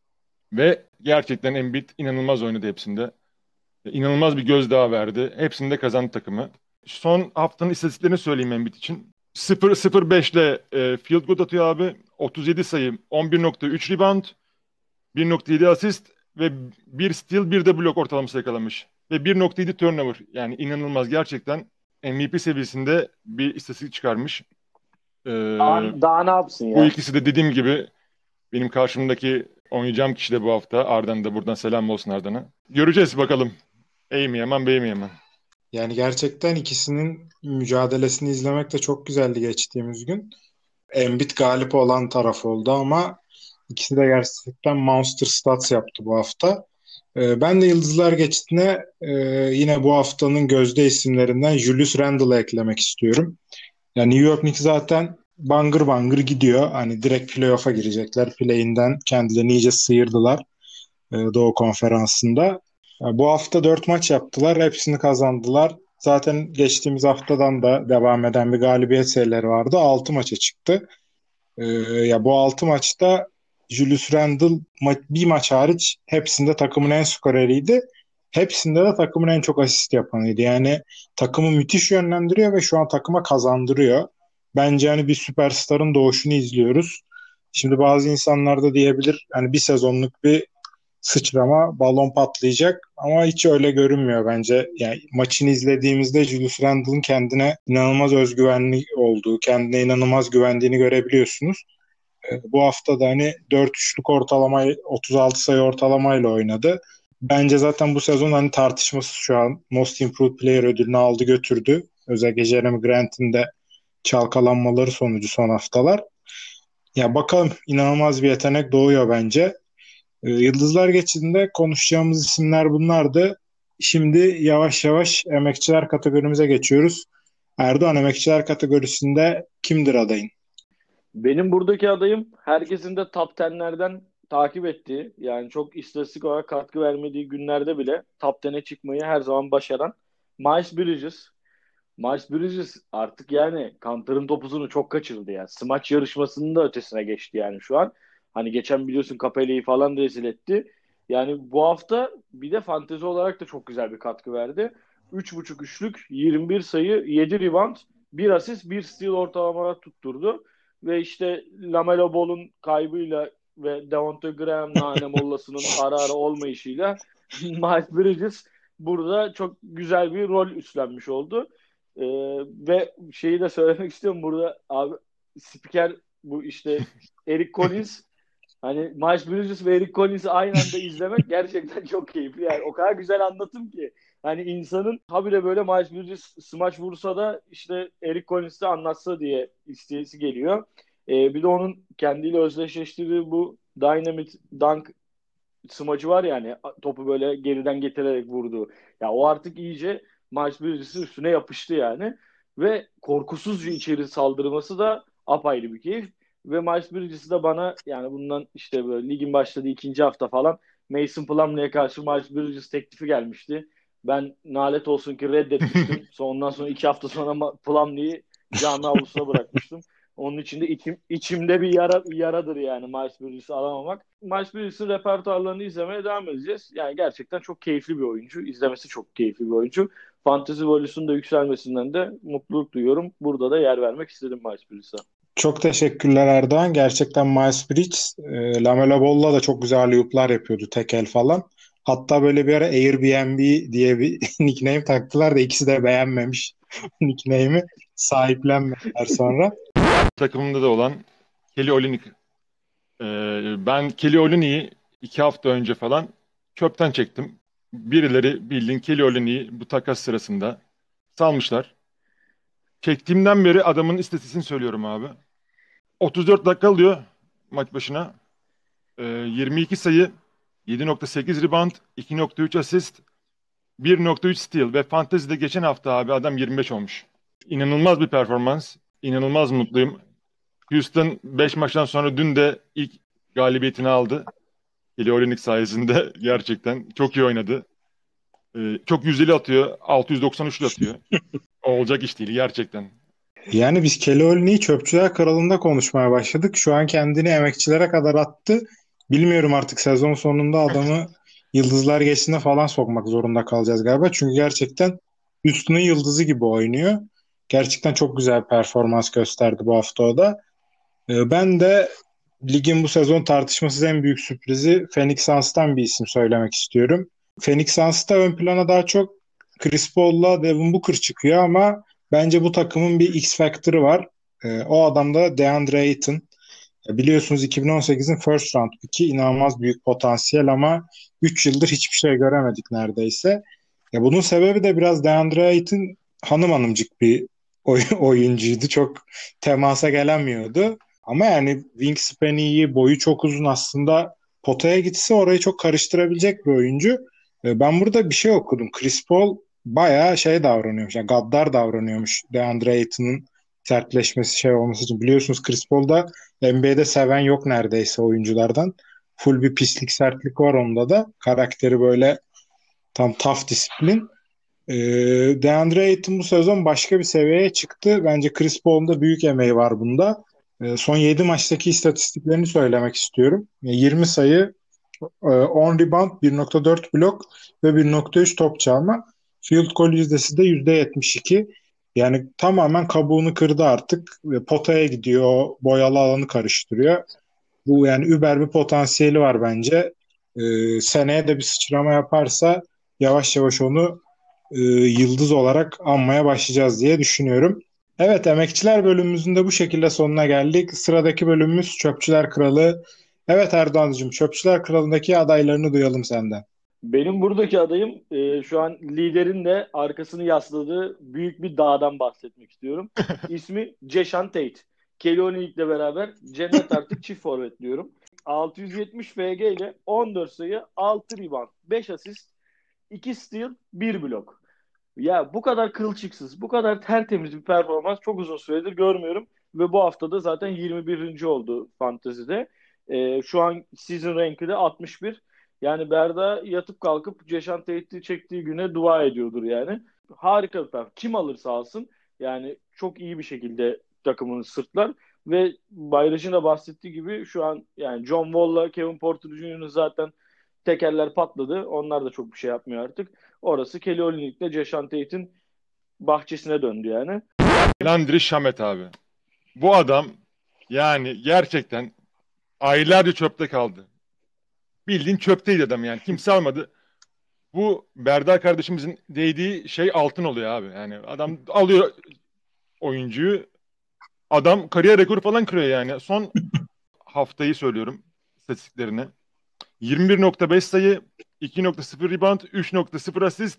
Ve gerçekten Embiid inanılmaz oynadı hepsinde. E, İnanılmaz bir gözdağı verdi. Hepsinde kazandı takımı. Son haftanın istatistiklerini söyleyeyim Embiid için. sıfır sıfır beş ile e, field goal atıyor abi. otuz yedi sayı, on bir nokta üç rebound, bir nokta yedi asist ve bir steal, bir de blok ortalaması yakalamış. Ve bir nokta yedi turnover. Yani inanılmaz gerçekten M V P seviyesinde bir istatistik çıkarmış. Ee, Daha, daha ne yapsın bu ya? ikisi de dediğim gibi benim karşımdaki oynayacağım kişi de bu hafta. Ardan da buradan selam olsun Ardan'a. Göreceğiz bakalım. İyi mi yaman, bey mi yaman? Yani gerçekten ikisinin mücadelesini izlemek de çok güzeldi geçtiğimiz gün. Embiid galip olan taraf oldu ama ikisi de gerçekten monster stats yaptı bu hafta. Ee, ben de Yıldızlar Geçti'ne e, yine bu haftanın gözde isimlerinden Julius Randle'ı eklemek istiyorum. Yani New York Knicks zaten bangır bangır gidiyor. Hani direkt playoff'a girecekler. Play-in'den kendilerini iyice sıyırdılar e, Doğu Konferansı'nda. Ya bu hafta dört maç yaptılar. Hepsini kazandılar. Zaten geçtiğimiz haftadan da devam eden bir galibiyet serileri vardı. Altı maça çıktı. Ee, ya bu altı maçta Julius Randle ma- bir maç hariç hepsinde takımın en skoreriydi. Hepsinde de takımın en çok asist yapanıydı. Yani takımı müthiş yönlendiriyor ve şu an takıma kazandırıyor. Bence hani bir süperstarın doğuşunu izliyoruz. Şimdi bazı insanlar da diyebilir hani bir sezonluk bir sıçrama, balon patlayacak ama hiç öyle görünmüyor bence. Yani maçını izlediğimizde Julius Randle'ın kendine inanılmaz özgüvenli olduğu, kendine inanılmaz güvendiğini görebiliyorsunuz. E, Bu hafta da hani dört üçlük ortalamayı otuz altı sayı ortalamayla oynadı. Bence zaten bu sezon hani tartışmasız şu an Most Improved Player ödülünü aldı götürdü. Özellikle Jeremy Grant'in de çalkalanmaları sonucu son haftalar. Ya bakalım inanılmaz bir yetenek doğuyor bence. Ee, Yıldızlar Geçidi'nde konuşacağımız isimler bunlardı. Şimdi yavaş yavaş emekçiler kategorimize geçiyoruz. Erdoğan emekçiler kategorisinde kimdir adayın? Benim buradaki adayım herkesin de top onlardan takip ettiği, yani çok istatistik olarak katkı vermediği günlerde bile top on'a çıkmayı her zaman başaran Miles Bridges. Miles Bridges artık yani Kanter'ın topuzunu çok kaçırdı ya. Smaç yarışmasının da ötesine geçti yani şu an. Hani geçen biliyorsun Capela'yı falan rezil etti. Yani bu hafta bir de fantezi olarak da çok güzel bir katkı verdi. Üç buçuk üçlük, yirmi bir sayı, yedi rebound, bir asist, bir steal ortalamalar tutturdu. Ve işte Lamelo Ball'un kaybıyla ve Devontae Graham Nane Mollası'nın ara ara olmayışıyla Miles Bridges burada çok güzel bir rol üstlenmiş oldu. Ee, ve şeyi de söylemek istiyorum burada abi, spiker bu işte Eric Collins, hani Miles Bridges ve Eric Collins'i aynı anda izlemek gerçekten çok keyifli. Yani o kadar güzel anlatım ki. Hani insanın habire böyle Miles Bridges smaç vursa da işte Eric Collins de anlatsa diye isteyesi geliyor. Ee, bir de onun kendiyle özdeşleştirdiği bu Dynamite Dunk smacı var yani, topu böyle geriden getirerek vurduğu. Ya o artık iyice Miles Bridges'in üstüne yapıştı yani. Ve korkusuzca içeri saldırması da apayrı bir keyif. Ve Miles Bridges de bana yani bundan işte böyle ligin başladığı ikinci hafta falan Mason Plumlee'ye karşı Miles Bridges teklifi gelmişti. Ben nalet olsun ki reddetmiştim. Sonra ondan sonra iki hafta sonra Ma- Plumlee'yi cami avlusuna bırakmıştım. Onun için de içim, içimde bir yara, yaradır yani Miles Bridges'i alamamak. Miles Bridges'in repertuarlarını izlemeye devam edeceğiz. Yani gerçekten çok keyifli bir oyuncu. İzlemesi çok keyifli bir oyuncu. Fantasy Value'sunun da yükselmesinden de mutluluk duyuyorum. Burada da yer vermek istedim Miles Bridges'a. Çok teşekkürler Erdoğan. Gerçekten Miles Bridges, e, Lamelo Ball'la da çok güzel alley-oop'lar yapıyordu tekel falan. Hatta böyle bir ara Airbnb diye bir nickname taktılar da ikisi de beğenmemiş nickname'i sahiplenmediler sonra. Takımımda da olan Kelly Olynyk. Ee, ben Kelly Olynyk'i iki hafta önce falan çöpten çektim. Birileri bildiğin Kelly Olynyk'i bu takas sırasında salmışlar. Çektiğimden beri adamın istatistiğini söylüyorum abi. otuz dört dakika alıyor maç başına. Ee, yirmi iki sayı, yedi nokta sekiz rebound, iki nokta üç asist, bir nokta üç steal ve Fantasy'de geçen hafta abi adam yirmi beş olmuş. İnanılmaz bir performans. İnanılmaz mutluyum. Houston beş maçtan sonra dün de ilk galibiyetini aldı. Kelly Olynyk sayesinde gerçekten çok iyi oynadı. Ee, çok yüzdeli atıyor. altı yüz doksan üçlü atıyor. Olacak iş değil gerçekten. Yani biz Kelly Olynyk'i Çöpçüler Kralı'nda konuşmaya başladık. Şu an kendini emekçilere kadar attı. Bilmiyorum, artık sezon sonunda adamı Yıldızlar Geçtiğinde falan sokmak zorunda kalacağız galiba. Çünkü gerçekten üstünün yıldızı gibi oynuyor. Gerçekten çok güzel bir performans gösterdi bu hafta o da. Ee, Ben de ligin bu sezon tartışmasız en büyük sürprizi Phoenix Suns'tan bir isim söylemek istiyorum. Phoenix Suns'ta ön plana daha çok Chris Paul'la Devin Booker çıkıyor ama bence bu takımın bir X Factor'ı var. Ee, o adam da DeAndre Ayton. Ya biliyorsunuz iki bin on sekizin first round pick'i, inanılmaz büyük potansiyel ama üç yıldır hiçbir şey göremedik neredeyse. Ya bunun sebebi de biraz DeAndre Ayton hanım hanımcık bir oy- oyuncuydu. Çok temasa gelemiyordu. Ama yani wingspan'i iyi, boyu çok uzun, aslında potaya gitse orayı çok karıştırabilecek bir oyuncu. E, Ben burada bir şey okudum. Chris Paul bayağı şey davranıyormuş. Yani gaddar davranıyormuş DeAndre Ayton'un sertleşmesi şey olması için. Biliyorsunuz Chris Paul'da N B A'de seven yok neredeyse oyunculardan. Full bir pislik, sertlik var onda da. Karakteri böyle tam tough disiplin. Ee, DeAndre Ayton bu sezon başka bir seviyeye çıktı. Bence Chris Paul'un da büyük emeği var bunda. Ee, son yedi maçtaki istatistiklerini söylemek istiyorum. yirmi sayı, e, on rebound, bir nokta dört blok ve bir nokta üç top çalma. Field goal yüzdesi de yüzde yetmiş iki. Yani tamamen kabuğunu kırdı artık. Ve potaya gidiyor, boyalı alanı karıştırıyor. Bu yani über bir potansiyeli var bence. Ee, seneye de bir sıçrama yaparsa yavaş yavaş onu e, yıldız olarak anmaya başlayacağız diye düşünüyorum. Evet, emekçiler bölümümüzün de bu şekilde sonuna geldik. Sıradaki bölümümüz Çöpçüler Kralı. Evet Erdoğan'cığım, Çöpçüler Kralı'ndaki adaylarını duyalım senden. Benim buradaki adayım e, şu an liderin de arkasını yasladığı büyük bir dağdan bahsetmek istiyorum. İsmi Jason Tate. Kelly Olynyk'le beraber cennet artık çift forvet diyorum. altı yüz yetmiş F G ile on dört sayı, altı rebound, beş asist, iki steal, bir blok. Ya bu kadar kılçıksız, bu kadar tertemiz bir performans çok uzun süredir görmüyorum. Ve bu haftada zaten yirmi birinci oldu Fantasy'de. Ee, şu an season rank'i de altmış bir. Yani Berda yatıp kalkıp Jason Tate'i çektiği güne dua ediyordur yani. Harika bir performans. Kim alırsa alsın yani çok iyi bir şekilde takımını sırtlar. Ve Bayraş'ın da bahsettiği gibi şu an yani John Wall'la Kevin Porter Junior'ın zaten tekerler patladı. Onlar da çok bir şey yapmıyor artık. Orası Kelly Olynyk'le Jason Tate'in bahçesine döndü yani. Landry Shamet abi. Bu adam yani gerçekten aylarca çöpte kaldı. Bildiğin çöpteydi adam yani. Kimse almadı. Bu Berda kardeşimizin değdiği şey altın oluyor abi. Yani adam alıyor oyuncuyu. Adam kariyer rekoru falan kırıyor yani. Son haftayı söylüyorum istatistiklerini. yirmi bir nokta beş sayı, iki nokta sıfır rebound, üç nokta sıfır asist,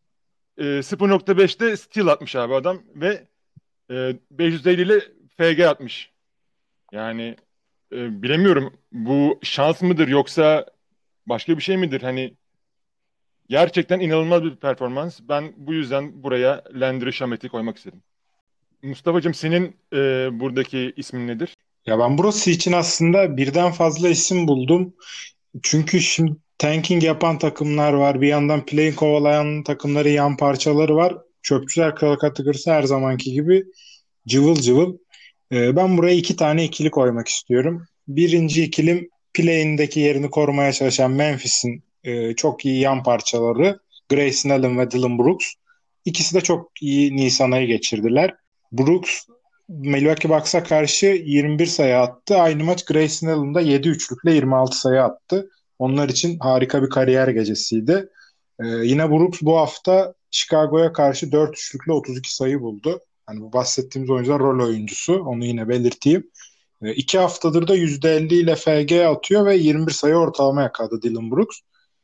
e, sıfır nokta beşte steal atmış abi adam ve e, beş yüz elli ile F G atmış. Yani e, bilemiyorum bu şans mıdır yoksa başka bir şey midir? Hani gerçekten inanılmaz bir performans. Ben bu yüzden buraya Landry Shamet'i koymak istedim. Mustafa'cığım senin e, buradaki ismin nedir? Ya ben burası için aslında birden fazla isim buldum. Çünkü şimdi tanking yapan takımlar var. Bir yandan play'in kovalayan takımları, yan parçaları var. Çöpçüler Kralı kategorisi her zamanki gibi cıvıl cıvıl. Ee, ben buraya iki tane ikili koymak istiyorum. Birinci ikilim, play'indeki yerini korumaya çalışan Memphis'in e, çok iyi yan parçaları Grayson Allen ve Dillon Brooks. İkisi de çok iyi Nisan ayı geçirdiler. Brooks Milwaukee Bucks'a karşı yirmi bir sayı attı. Aynı maç Grayson Allen da yedi üçlükle yirmi altı sayı attı. Onlar için harika bir kariyer gecesiydi. Ee, yine Brooks bu hafta Chicago'ya karşı dört üçlükle otuz iki sayı buldu. Hani bu bahsettiğimiz oyuncular rol oyuncusu. Onu yine belirteyim. E, iki haftadır da yüzde elli ile F G atıyor ve yirmi bir sayı ortalama yakaladı Dillon Brooks.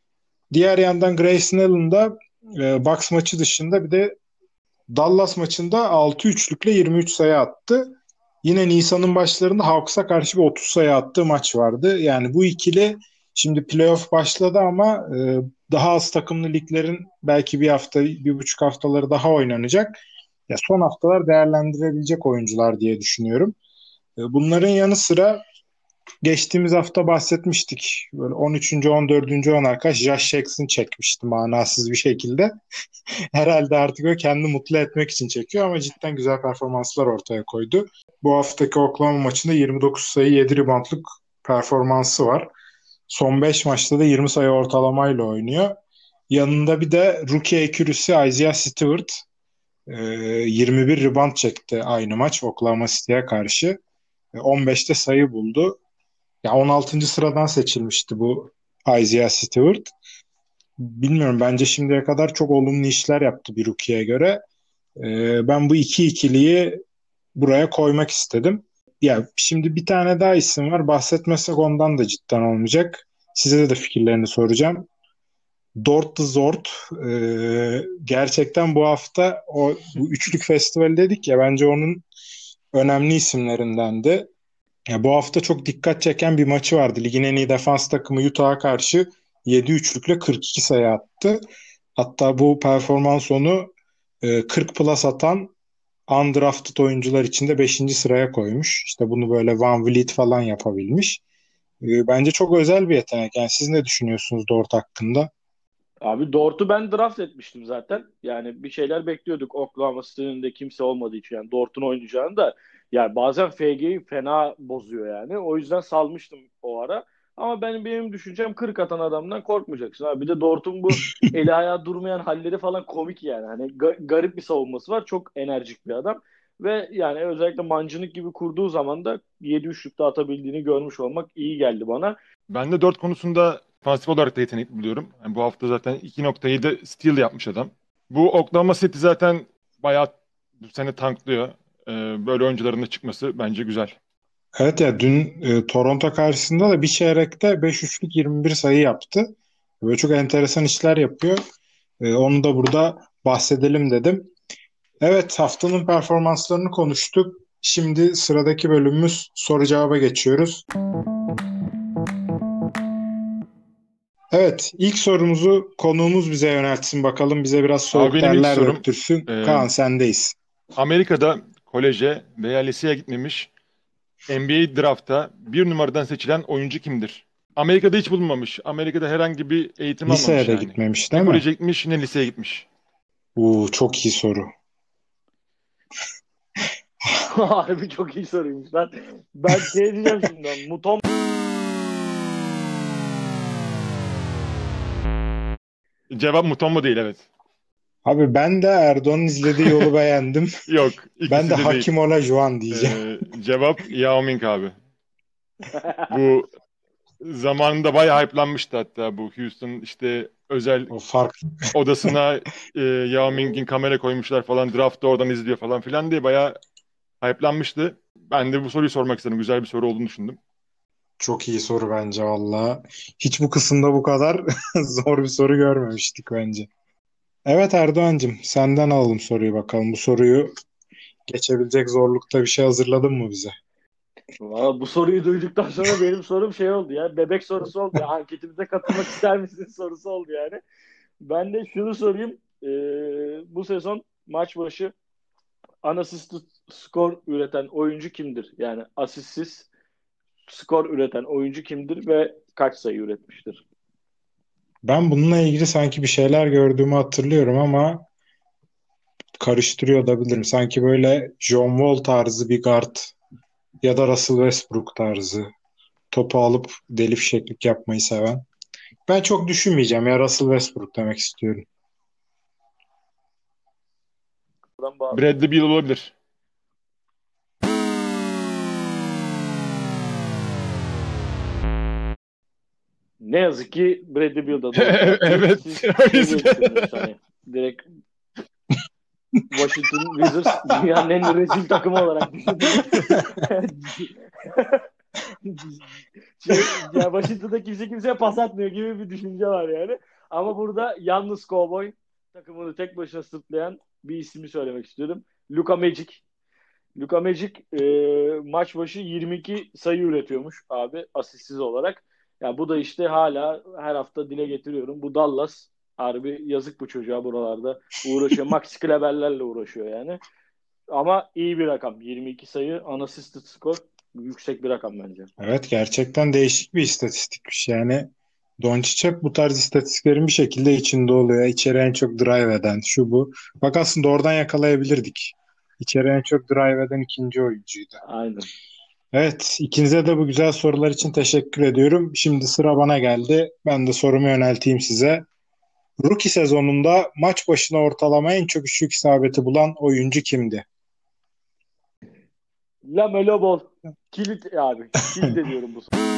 Diğer yandan Grayson Allen da e, Bucks maçı dışında bir de Dallas maçında altı üçlükle yirmi üç sayı attı. Yine Nisan'ın başlarında Hawks'a karşı bir otuz sayı attığı maç vardı. Yani bu ikili şimdi playoff başladı ama e, daha az takımlı liglerin belki bir hafta, bir buçuk haftaları daha oynanacak. Ya son haftalar değerlendirebilecek oyuncular diye düşünüyorum. E, bunların yanı sıra geçtiğimiz hafta bahsetmiştik. Böyle on üçüncü on dördüncü oynarken Josh Jackson çekmişti manasız bir şekilde. Herhalde artık o kendini mutlu etmek için çekiyor ama cidden güzel performanslar ortaya koydu. Bu haftaki Oklahoma maçında yirmi dokuz sayı yedi reboundluk performansı var. Son beş maçta da yirmi sayı ortalamayla oynuyor. Yanında bir de rookie ekürüsü Isaiah Stewart e, yirmi bir rebound çekti aynı maç Oklahoma City'ye karşı. E, on beşte sayı buldu. Ya on altıncı sıradan seçilmişti bu Isaiah Stewart. Bilmiyorum, bence şimdiye kadar çok olumlu işler yaptı bir rookie'ye göre. Ee, ben bu iki ikiliyi buraya koymak istedim. Ya şimdi bir tane daha isim var. Bahsetmezsek ondan da cidden olmayacak. Size de fikirlerini soracağım. Dort the Zort. Ee, gerçekten bu hafta o bu üçlük festivali dedik ya, bence onun önemli isimlerindendi. Ya bu hafta çok dikkat çeken bir maçı vardı. Ligin en iyi defans takımı Utah'a karşı yedi üçlükle kırk iki sayı attı. Hatta bu performans onu e, kırk plus atan undrafted oyuncular içinde beşinci sıraya koymuş. İşte bunu böyle Van Vliet falan yapabilmiş. E, bence çok özel bir yetenek. Yani siz ne düşünüyorsunuz Dort hakkında? Abi Dort'u ben draft etmiştim zaten. Yani bir şeyler bekliyorduk Oklahoma City'nin de kimse olmadığı için. Yani Dort'un oynayacağını da yani bazen F G'yi fena bozuyor yani. O yüzden salmıştım o ara. Ama benim benim düşüncem kırk atan adamdan korkmayacaksın abi. Bir de Dort'un bu eli ayağı durmayan halleri falan komik yani. Hani ga- garip bir savunması var. Çok enerjik bir adam. Ve yani özellikle mancınık gibi kurduğu zaman da yedi üçlükte atabildiğini görmüş olmak iyi geldi bana. Ben de dört konusunda defansif olarak da yetenekli buluyorum. Yani bu hafta zaten iki nokta yedi steal yapmış adam. Bu Oklahoma City zaten bayağı bu sene tanklıyor. Ee, böyle oyuncuların da çıkması bence güzel. Evet ya, dün e, Toronto karşısında da bir çeyrekte beş üçlük yirmi bir sayı yaptı. Böyle çok enteresan işler yapıyor. E, onu da burada bahsedelim dedim. Evet, haftanın performanslarını konuştuk. Şimdi sıradaki bölümümüz soru cevaba geçiyoruz. Evet, ilk sorumuzu konuğumuz bize yöneltsin bakalım. Bize biraz Abi soğuk benim ilk terler sorum döktürsün. e, Kaan, sendeyiz. Amerika'da koleje veya liseye gitmemiş N B A draftta bir numaradan seçilen oyuncu kimdir? Amerika'da hiç bulunmamış. Amerika'da herhangi bir eğitim Liseye almamış de yani. gitmemiş Ne değil mi? koleje gitmiş ne liseye gitmiş. Uu, çok iyi soru. Harbi çok iyi soruymuş lan. Ben şey diyeceğim şimdi. Mutom Cevap Mutombo değil, evet. Abi ben de Erdoğan'ın izlediği yolu beğendim. Yok, Ben de ikisi de değil. Hakim Olajuwon diyeceğim. Ee, cevap Yao Ming abi. Bu zamanında bayağı hype'lanmıştı hatta, bu Houston işte özel O fark. odasına e, Yao Ming'in kamera koymuşlar falan, draft'ı oradan izliyor falan filan diye bayağı hype'lanmıştı. Ben de bu soruyu sormak istedim. Güzel bir soru olduğunu düşündüm. Çok iyi soru bence valla. Hiç bu kısımda bu kadar zor bir soru görmemiştik bence. Evet Erdoğan'cığım, senden alalım soruyu bakalım. Bu soruyu geçebilecek zorlukta bir şey hazırladın mı bize? Valla bu soruyu duyduktan sonra benim sorum şey oldu ya. Bebek sorusu oldu ya. Anketimize katılmak ister misiniz sorusu oldu yani. Ben de şunu sorayım. Ee, bu sezon maç başı asistsiz skor üreten oyuncu kimdir? Yani asistsiz skor üreten oyuncu kimdir ve kaç sayı üretmiştir? Ben bununla ilgili sanki bir şeyler gördüğümü hatırlıyorum ama karıştırıyor olabilirim. Sanki böyle John Wall tarzı bir guard ya da Russell Westbrook tarzı topu alıp deli fişeklik yapmayı seven. Ben çok düşünmeyeceğim ya, Russell Westbrook demek istiyorum. Buradan bağ- Bradley Beal olabilir. Ne yazık ki Bradley Beal'da doğru cevap değil. Evet. Siz şey geçtiniz hani direkt Washington Wizards dünyanın en rezil takımı olarak düşündünüz. şey, yani Washington'da kimse kimseye pas atmıyor gibi bir düşünce var yani. Ama burada yalnız Cowboy takımını tek başına sırtlayan bir ismi söylemek istiyorum. Luka Magic. Luka Magic e, maç başı yirmi iki sayı üretiyormuş abi asistsiz olarak. Yani bu da işte hala her hafta dile getiriyorum. Bu Dallas harbi yazık bu çocuğa buralarda uğraşıyor. Max Kleber'lerle uğraşıyor yani. Ama iyi bir rakam. yirmi iki sayı unassisted skor. Yüksek bir rakam bence. Evet, gerçekten değişik bir istatistikmiş. Yani Doncic bu tarz istatistiklerin bir şekilde içinde oluyor. İçeri en çok drive eden şu bu. Bak aslında oradan yakalayabilirdik. İçeri en çok drive eden ikinci oyuncuydu. Aynen. Evet, ikinize de bu güzel sorular için teşekkür ediyorum. Şimdi sıra bana geldi. Ben de sorumu yönelteyim size. Rookie sezonunda maç başına ortalama en çok üçlük isabeti bulan oyuncu kimdi? LaMelo Ball. Kilit abi. Kilit ediyorum bu soruyu.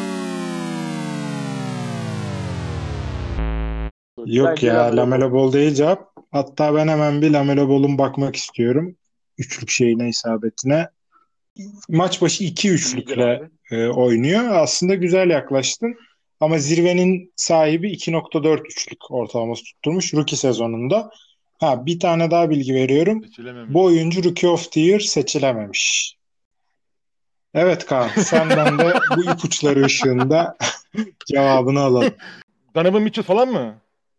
Yok Bence ya, LaMelo LaMelo Ball. Ball değil cevap. Hatta ben hemen bir LaMelo Ball'un bakmak istiyorum. Üçlük şeyine, isabetine. Maç başı iki İyidir üçlükle abi. e, oynuyor. Aslında güzel yaklaştın. Ama zirvenin sahibi iki nokta dört üçlük ortalaması tutturmuş rookie sezonunda. Ha, bir tane daha bilgi veriyorum. Seçilememiş. Bu oyuncu Rookie of the Year seçilememiş. Evet Kaan, senden de bu ipuçları ışığında cevabını alalım. Donovan Mitchell falan mı?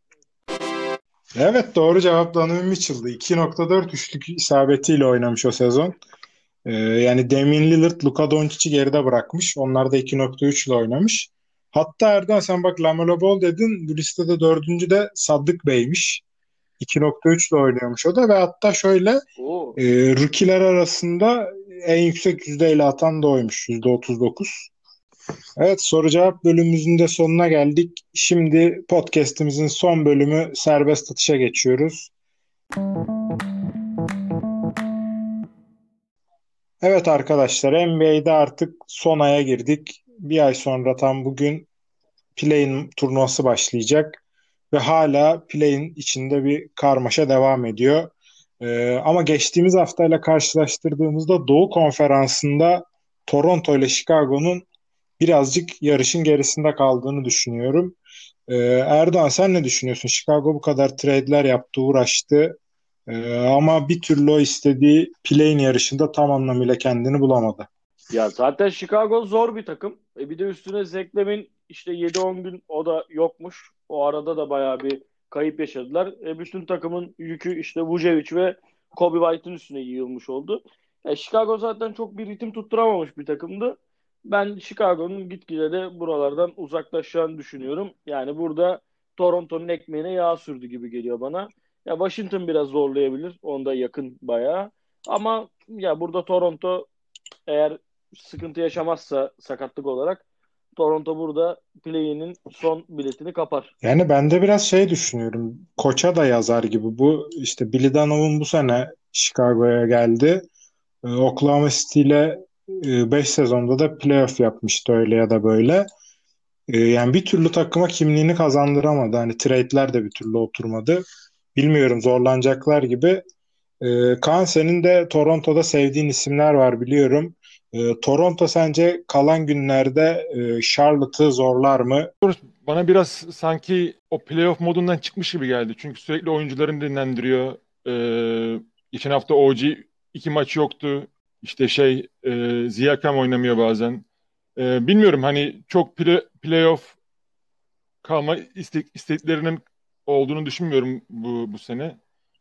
Evet, doğru cevap Donovan Mitchell'dı. iki nokta dört üçlük isabetiyle oynamış o sezon. Ee, yani Damian Lillard, Luka Doncic'i geride bırakmış. Onlar da iki nokta üç ile oynamış. Hatta Erdoğan, sen bak LaMelo Ball dedin. Bu listede dördüncü de Sadık Bey'miş. iki nokta üç ile oynuyormuş o da ve hatta şöyle Oo. e, rookie'ler arasında en yüksek yüzdeyle atan da oymuş. yüzde otuz dokuz. Evet, soru cevap bölümümüzün de sonuna geldik. Şimdi podcast'imizin son bölümü serbest atışa geçiyoruz. Evet arkadaşlar, N B A'de artık son aya girdik. Bir ay sonra tam bugün play-in turnuvası başlayacak ve hala play-in içinde bir karmaşa devam ediyor. Ee, ama geçtiğimiz haftayla karşılaştırdığımızda Doğu Konferansı'nda Toronto ile Chicago'nun birazcık yarışın gerisinde kaldığını düşünüyorum. Ee, Erdoğan, sen ne düşünüyorsun? Chicago bu kadar trade'ler yaptı, uğraştı. Ee, ama bir türlü o istediği play-in yarışında tam anlamıyla kendini bulamadı. Ya zaten Chicago zor bir takım. E bir de üstüne Zach Lavine işte yedi on gün o da yokmuş. O arada da bayağı bir kayıp yaşadılar. E bütün takımın yükü işte Vucevic ve Kobe White'ın üstüne yığılmış oldu. E Chicago zaten çok bir ritim tutturamamış bir takımdı. Ben Chicago'nun gitgide de buralardan uzaklaşacağını düşünüyorum. Yani burada Toronto'nun ekmeğine yağ sürdü gibi geliyor bana. Ya Washington biraz zorlayabilir. Onda yakın bayağı. Ama ya burada Toronto eğer sıkıntı yaşamazsa sakatlık olarak Toronto burada play-in'in son biletini kapar. Yani ben de biraz şey düşünüyorum. Koça da yazar gibi. Bu işte Billy Donovan bu sene Chicago'ya geldi. Ee, Oklahoma City ile beş sezonda da playoff yapmıştı öyle ya da böyle. Ee, yani bir türlü takıma kimliğini kazandıramadı. Hani trade'ler de bir türlü oturmadı. Bilmiyorum, zorlanacaklar gibi. Ee, Kaan, senin de Toronto'da sevdiğin isimler var biliyorum. Ee, Toronto sence kalan günlerde e, Charlotte'ı zorlar mı? Bana biraz sanki o playoff modundan çıkmış gibi geldi. Çünkü sürekli oyuncularını dinlendiriyor. Ee, geçen hafta O G iki maç yoktu. İşte şey e, Siakam oynamıyor bazen. Ee, bilmiyorum hani çok play, playoff kalma istek, isteklerinin olduğunu düşünmüyorum bu, bu sene.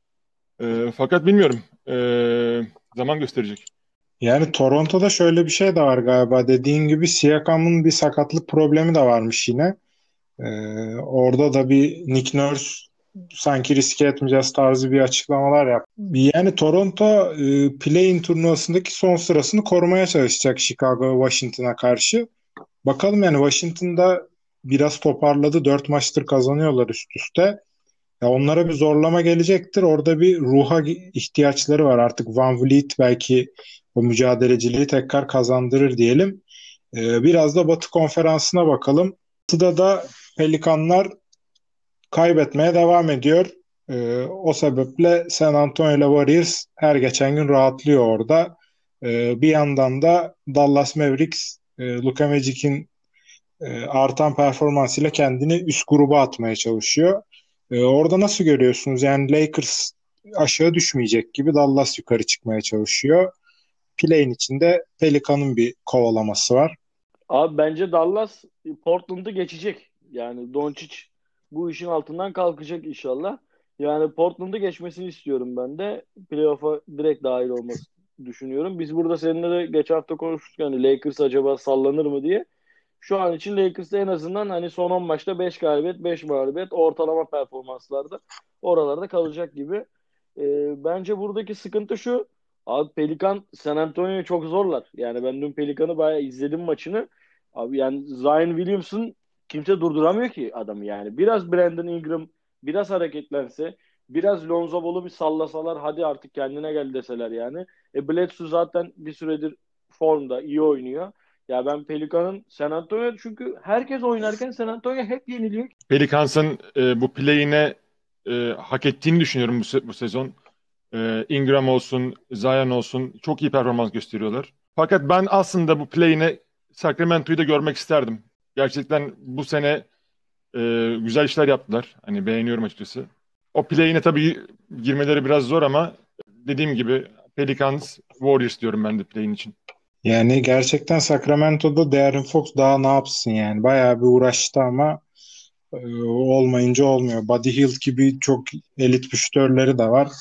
Ee, fakat bilmiyorum. Ee, zaman gösterecek. Yani Toronto'da şöyle bir şey de var galiba. Dediğin gibi Siakam'ın bir sakatlık problemi de varmış yine. Ee, orada da bir Nick Nurse sanki riske etmeyeceğiz tarzı bir açıklamalar yaptı. Yani Toronto e, play-in turnuvasındaki son sırasını korumaya çalışacak Chicago ve Washington'a karşı. Bakalım, yani Washington'da biraz toparladı. Dört maçtır kazanıyorlar üst üste. Ya onlara bir zorlama gelecektir. Orada bir ruha ihtiyaçları var. Artık Van Vliet belki o mücadeleciliği tekrar kazandırır diyelim. Ee, biraz da Batı Konferansı'na bakalım. Batı'da da Pelikanlar kaybetmeye devam ediyor. Ee, o sebeple San Antonio Warriors her geçen gün rahatlıyor orada. Ee, bir yandan da Dallas Mavericks, e, Luka Magic'in e, artan performansıyla kendini üst gruba atmaya çalışıyor. E, orada nasıl görüyorsunuz? Yani Lakers aşağı düşmeyecek gibi, Dallas yukarı çıkmaya çalışıyor. Play'in içinde Pelican'ın bir kovalaması var. Abi bence Dallas Portland'ı geçecek. Yani Doncic bu işin altından kalkacak inşallah. Yani Portland'ı geçmesini istiyorum ben de. Playoff'a direkt dahil olması düşünüyorum. Biz burada seninle de geçen hafta konuştuk, yani Lakers acaba sallanır mı diye. Şu an için Lakers'ta en azından hani son on maçta beş galibiyet, beş mağlubiyet ortalama performanslarda oralarda kalacak gibi. Ee, bence buradaki sıkıntı şu. Abi Pelikan San Antonio'yu çok zorlar. Yani ben dün Pelikan'ı bayağı izledim maçını. Abi yani Zion Williamson kimse durduramıyor ki adamı yani. Biraz Brandon Ingram biraz hareketlense, biraz Lonzo Ball'u bir sallasalar, hadi artık kendine gel deseler yani. E Bledsoe zaten bir süredir formda, iyi oynuyor. Ya ben Pelikan'ın San Antonio, çünkü herkes oynarken San Antonio hep yeniliyor. Pelicans'ın e, bu play'ine e, hak ettiğini düşünüyorum bu, se- bu sezon. E, Ingram olsun, Zion olsun çok iyi performans gösteriyorlar. Fakat ben aslında bu play'ine Sacramento'yu da görmek isterdim. Gerçekten bu sene e, güzel işler yaptılar. Hani beğeniyorum açıkçası. O play'ine tabii girmeleri biraz zor ama dediğim gibi Pelicans, Warriors diyorum ben de play'in için. Yani gerçekten Sacramento'da De'Aaron Fox daha ne yapsın yani. Bayağı bir uğraştı ama e, olmayınca olmuyor. Buddy Hield gibi çok elit şütörleri de var.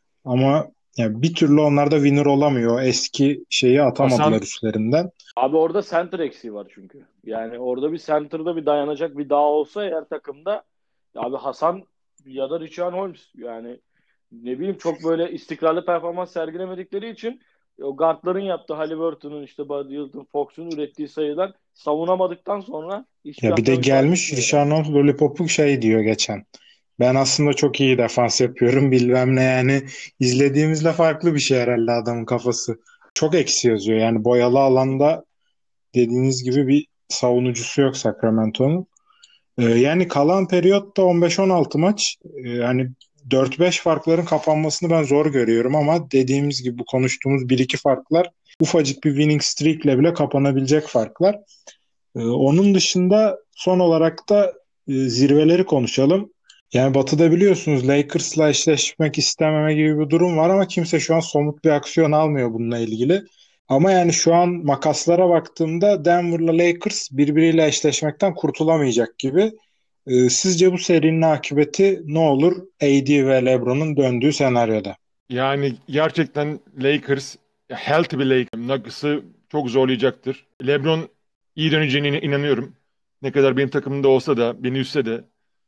Ama ya bir türlü onlar da winner olamıyor. Eski şeyi atamadılar Hasan üstlerinden. Abi orada center eksiği var çünkü. Yani orada bir center'da bir dayanacak bir dağ olsa eğer takımda, abi Hasan ya da Richard Holmes, yani ne bileyim, çok böyle istikrarlı performans sergilemedikleri için o guardların yaptığı, Haliburton'un, işte Buddy Hield'ın, Fox'un ürettiği sayılar savunamadıktan sonra hiçbir Ya bir de anlam ifade gelmiş etmiyor yani. Richard Lollipop'u şey diyor geçen. Ben aslında çok iyi defans yapıyorum bilmem ne, yani izlediğimizle farklı bir şey herhalde adamın kafası. Çok eksi yazıyor yani boyalı alanda, dediğiniz gibi bir savunucusu yok Sacramento'nun. Ee, yani kalan periyotta on beş on altı maç, ee, yani dört beş farkların kapanmasını ben zor görüyorum ama dediğimiz gibi bu konuştuğumuz bir iki farklar ufacık bir winning streak'le bile kapanabilecek farklar. Ee, onun dışında son olarak da e, zirveleri konuşalım. Yani Batı'da biliyorsunuz Lakers'la eşleşmek istememe gibi bir durum var ama kimse şu an somut bir aksiyon almıyor bununla ilgili. Ama yani şu an makaslara baktığımda Denver'la Lakers birbiriyle eşleşmekten kurtulamayacak gibi. Ee, sizce bu serinin akıbeti ne olur A D ve LeBron'un döndüğü senaryoda? yani gerçekten Lakers, healthy bir Lakers, Nuggets'ı çok zorlayacaktır. LeBron iyi döneceğine inanıyorum. Ne kadar benim takımımda olsa da, beni üzse de,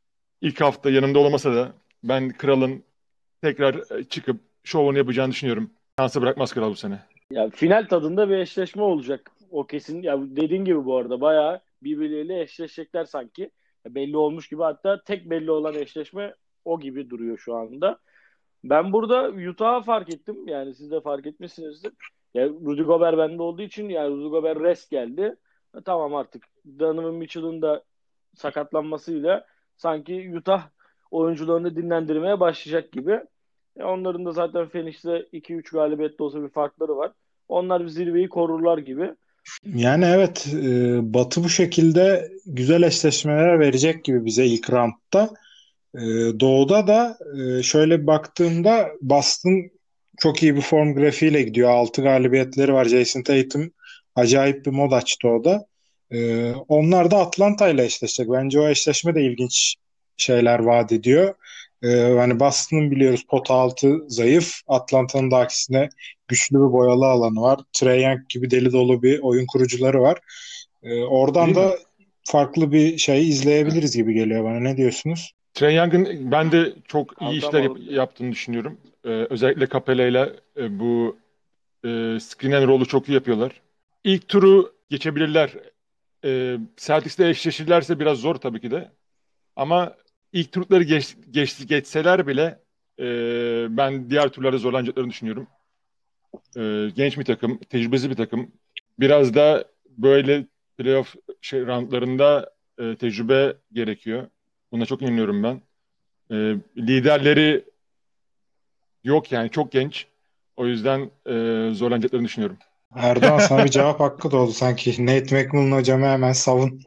ilk hafta yanımda olamasa da ben kralın tekrar e, çıkıp şovunu yapacağını düşünüyorum. Şansı bırakmaz kral bu sene. Ya final tadında bir eşleşme olacak. O kesin. Ya dediğin gibi bu arada bayağı birbirleriyle eşleşecekler sanki. Ya belli olmuş gibi, hatta tek belli olan eşleşme o gibi duruyor şu anda. Ben burada Utah'ı fark ettim. Yani siz de fark etmişsinizdir. Ya Rudy Gobert bende olduğu için, yani Rudy Gobert rest geldi. Ha, tamam, artık Donovan Mitchell'ın da sakatlanmasıyla sanki Utah oyuncularını dinlendirmeye başlayacak gibi. E onların da zaten Phoenix'te iki üç galibiyette olsa bir farkları var. Onlar bir zirveyi korurlar gibi. Yani evet, e, Batı bu şekilde güzel eşleşmeler verecek gibi bize ilk roundda. E, Doğu'da da e, şöyle bir baktığımda Boston çok iyi bir form grafiğiyle gidiyor. Altı galibiyetleri var. Jason Tatum acayip bir mod açtı o da. E, onlar da Atlanta ile eşleşecek. Bence o eşleşme de ilginç şeyler vaat ediyor. E, hani Boston'ın biliyoruz pota altı zayıf. Atlanta'nın da aksine güçlü bir boyalı alanı var. Trae Young gibi deli dolu bir oyun kurucuları var. E, oradan Değil mi? da farklı bir şey izleyebiliriz gibi geliyor bana. Ne diyorsunuz? Trae Young'ın ben de çok iyi Kankam işler o yap- yaptığını düşünüyorum. Ee, özellikle Capela ile e, bu e, screen and roll'u çok iyi yapıyorlar. İlk turu geçebilirler. E, Celtics'le eşleşirlerse biraz zor tabii ki de. Ama ilk turları geç, geç, geçseler bile e, ben diğer turlarda zorlanacaklarını düşünüyorum. E, genç bir takım, tecrübesiz bir takım. Biraz da böyle playoff şey, roundlarında e, tecrübe gerekiyor. Buna çok inanıyorum ben. E, liderleri yok yani çok genç. O yüzden e, zorlanacaklarını düşünüyorum. Erdoğan, sana bir cevap hakkı doğdu sanki. Nate McMillan hocamı hemen savun.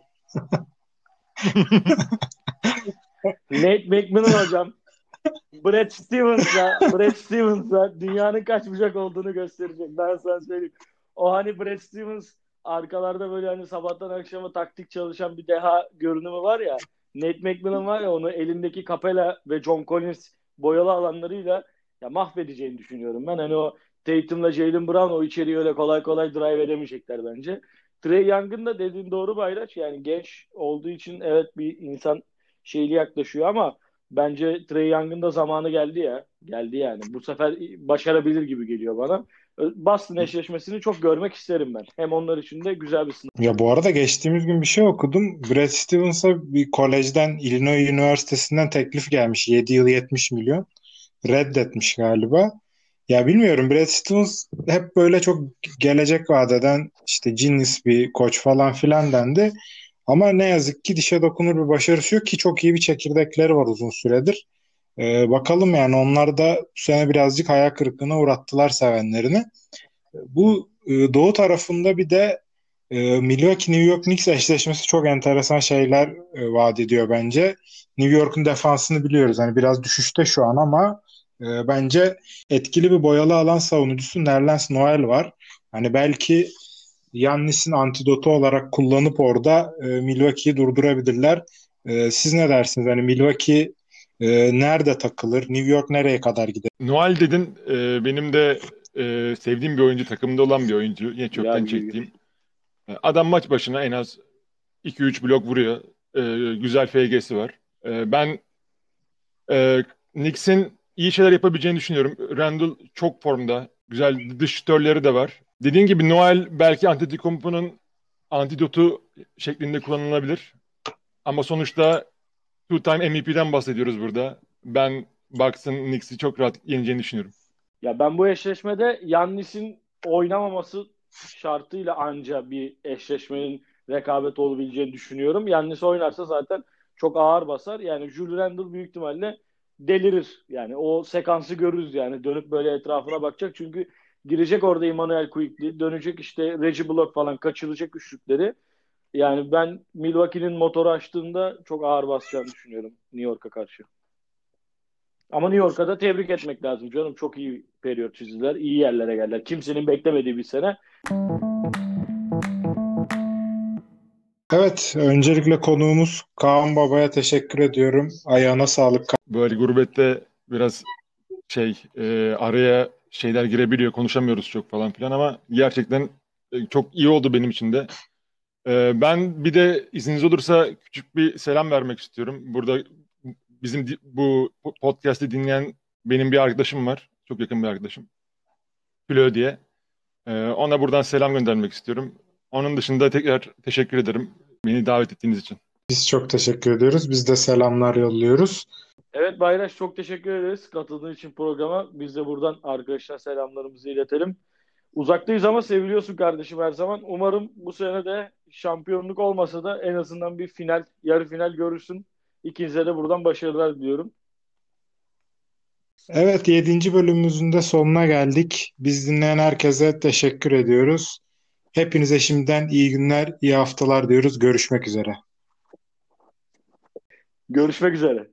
Nate McMillan hocam Brad Stevens'a Brad Stevens'a dünyanın kaç bucak olduğunu gösterecek. Ben sana söyleyeyim. O hani Brad Stevens arkalarda böyle hani sabahtan akşama taktik çalışan bir deha görünümü var ya. Nate McMillan var ya, onu elindeki Capella ve John Collins boyalı alanlarıyla ya mahvedeceğini düşünüyorum ben. Hani o Tatum'la Jaylen Brown o içeriği öyle kolay kolay drive edemeyecekler bence. Trey Young'ın da dediğin doğru Bayraç. Yani genç olduğu için evet bir insan şeyli yaklaşıyor ama bence Trey Young'ın da zamanı geldi ya. Geldi yani. Bu sefer başarabilir gibi geliyor bana. Boston eşleşmesini çok görmek isterim ben. Hem onlar için de güzel bir sınav. Ya bu arada geçtiğimiz gün bir şey okudum. Brad Stevens'a bir kolejden, Illinois Üniversitesi'nden teklif gelmiş. yedi yıl yetmiş milyon. Reddetmiş galiba. Ya bilmiyorum, Brad Stevens hep böyle çok gelecek vadeden işte genius bir koç falan filan dendi. Ama ne yazık ki dişe dokunur bir başarısı yok ki çok iyi bir çekirdekleri var uzun süredir. Ee, bakalım yani onlar da bu sene birazcık hayal kırıklığına uğrattılar sevenlerini. Bu e, doğu tarafında bir de e, Milwaukee New York Knicks eşleşmesi çok enteresan şeyler e, vaat ediyor bence. New York'un defansını biliyoruz. Hani biraz düşüşte şu an ama e, bence etkili bir boyalı alan savunucusu Nerlens Noel var. Hani belki Giannis'in antidotu olarak kullanıp orada e, Milwaukee'yi durdurabilirler. E, siz ne dersiniz? Hani Milwaukee e, nerede takılır? New York nereye kadar gider? Noel dedin. E, benim de e, sevdiğim bir oyuncu, takımda olan bir oyuncu. Yine Ya, çöpten çektiğim. E, Adam maç başına en az iki üç blok vuruyor. E, güzel F G'si var. E, ben e, Knicks'in iyi şeyler yapabileceğini düşünüyorum. Randall çok formda. Güzel dış şütörleri de var. Dediğin gibi Noel belki Antetokounmpo'nun antidotu şeklinde kullanılabilir. Ama sonuçta two-time M V P'den bahsediyoruz burada. Ben Bucks'ın Knicks'i çok rahat yeneceğini düşünüyorum. ya ben bu eşleşmede Yannis'in oynamaması şartıyla anca bir eşleşmenin rekabet olabileceğini düşünüyorum. Yannis oynarsa zaten çok ağır basar. Yani Jules Randle büyük ihtimalle delirir. Yani o sekansı görürüz yani. Dönüp böyle etrafına bakacak. Çünkü girecek orada Emmanuel Quickly. Dönecek işte Reggie Block falan kaçıracak üçlükleri. Yani ben Milwaukee'nin motoru açtığında çok ağır basacağını düşünüyorum New York'a karşı. Ama New York'a da tebrik etmek lazım canım. Çok iyi periyot çizdiler. İyi yerlere geldiler. Kimsenin beklemediği bir sene. Evet, öncelikle konuğumuz Kaan Baba'ya teşekkür ediyorum. Ayağına sağlık. Böyle gurbette biraz şey e, araya şeyler girebiliyor. Konuşamıyoruz çok falan filan ama gerçekten e, çok iyi oldu benim için de. E, ben bir de izniniz olursa küçük bir selam vermek istiyorum. Burada bizim di- bu podcast'i dinleyen benim bir arkadaşım var. Çok yakın bir arkadaşım. Flo diye. E, ona buradan selam göndermek istiyorum. Onun dışında tekrar teşekkür ederim beni davet ettiğiniz için. Biz çok teşekkür ediyoruz. Biz de selamlar yolluyoruz. Evet Bayraş, çok teşekkür ederiz katıldığın için programa. Biz de buradan arkadaşlar selamlarımızı iletelim. Uzaktayız ama seviliyorsun kardeşim her zaman. Umarım bu sene de şampiyonluk olmasa da en azından bir final, yarı final görürsün. İkinize de buradan başarılar diliyorum. Evet, yedinci bölümümüzün de sonuna geldik. Biz dinleyen herkese teşekkür ediyoruz. Hepinize şimdiden iyi günler, iyi haftalar diyoruz. Görüşmek üzere. Görüşmek üzere.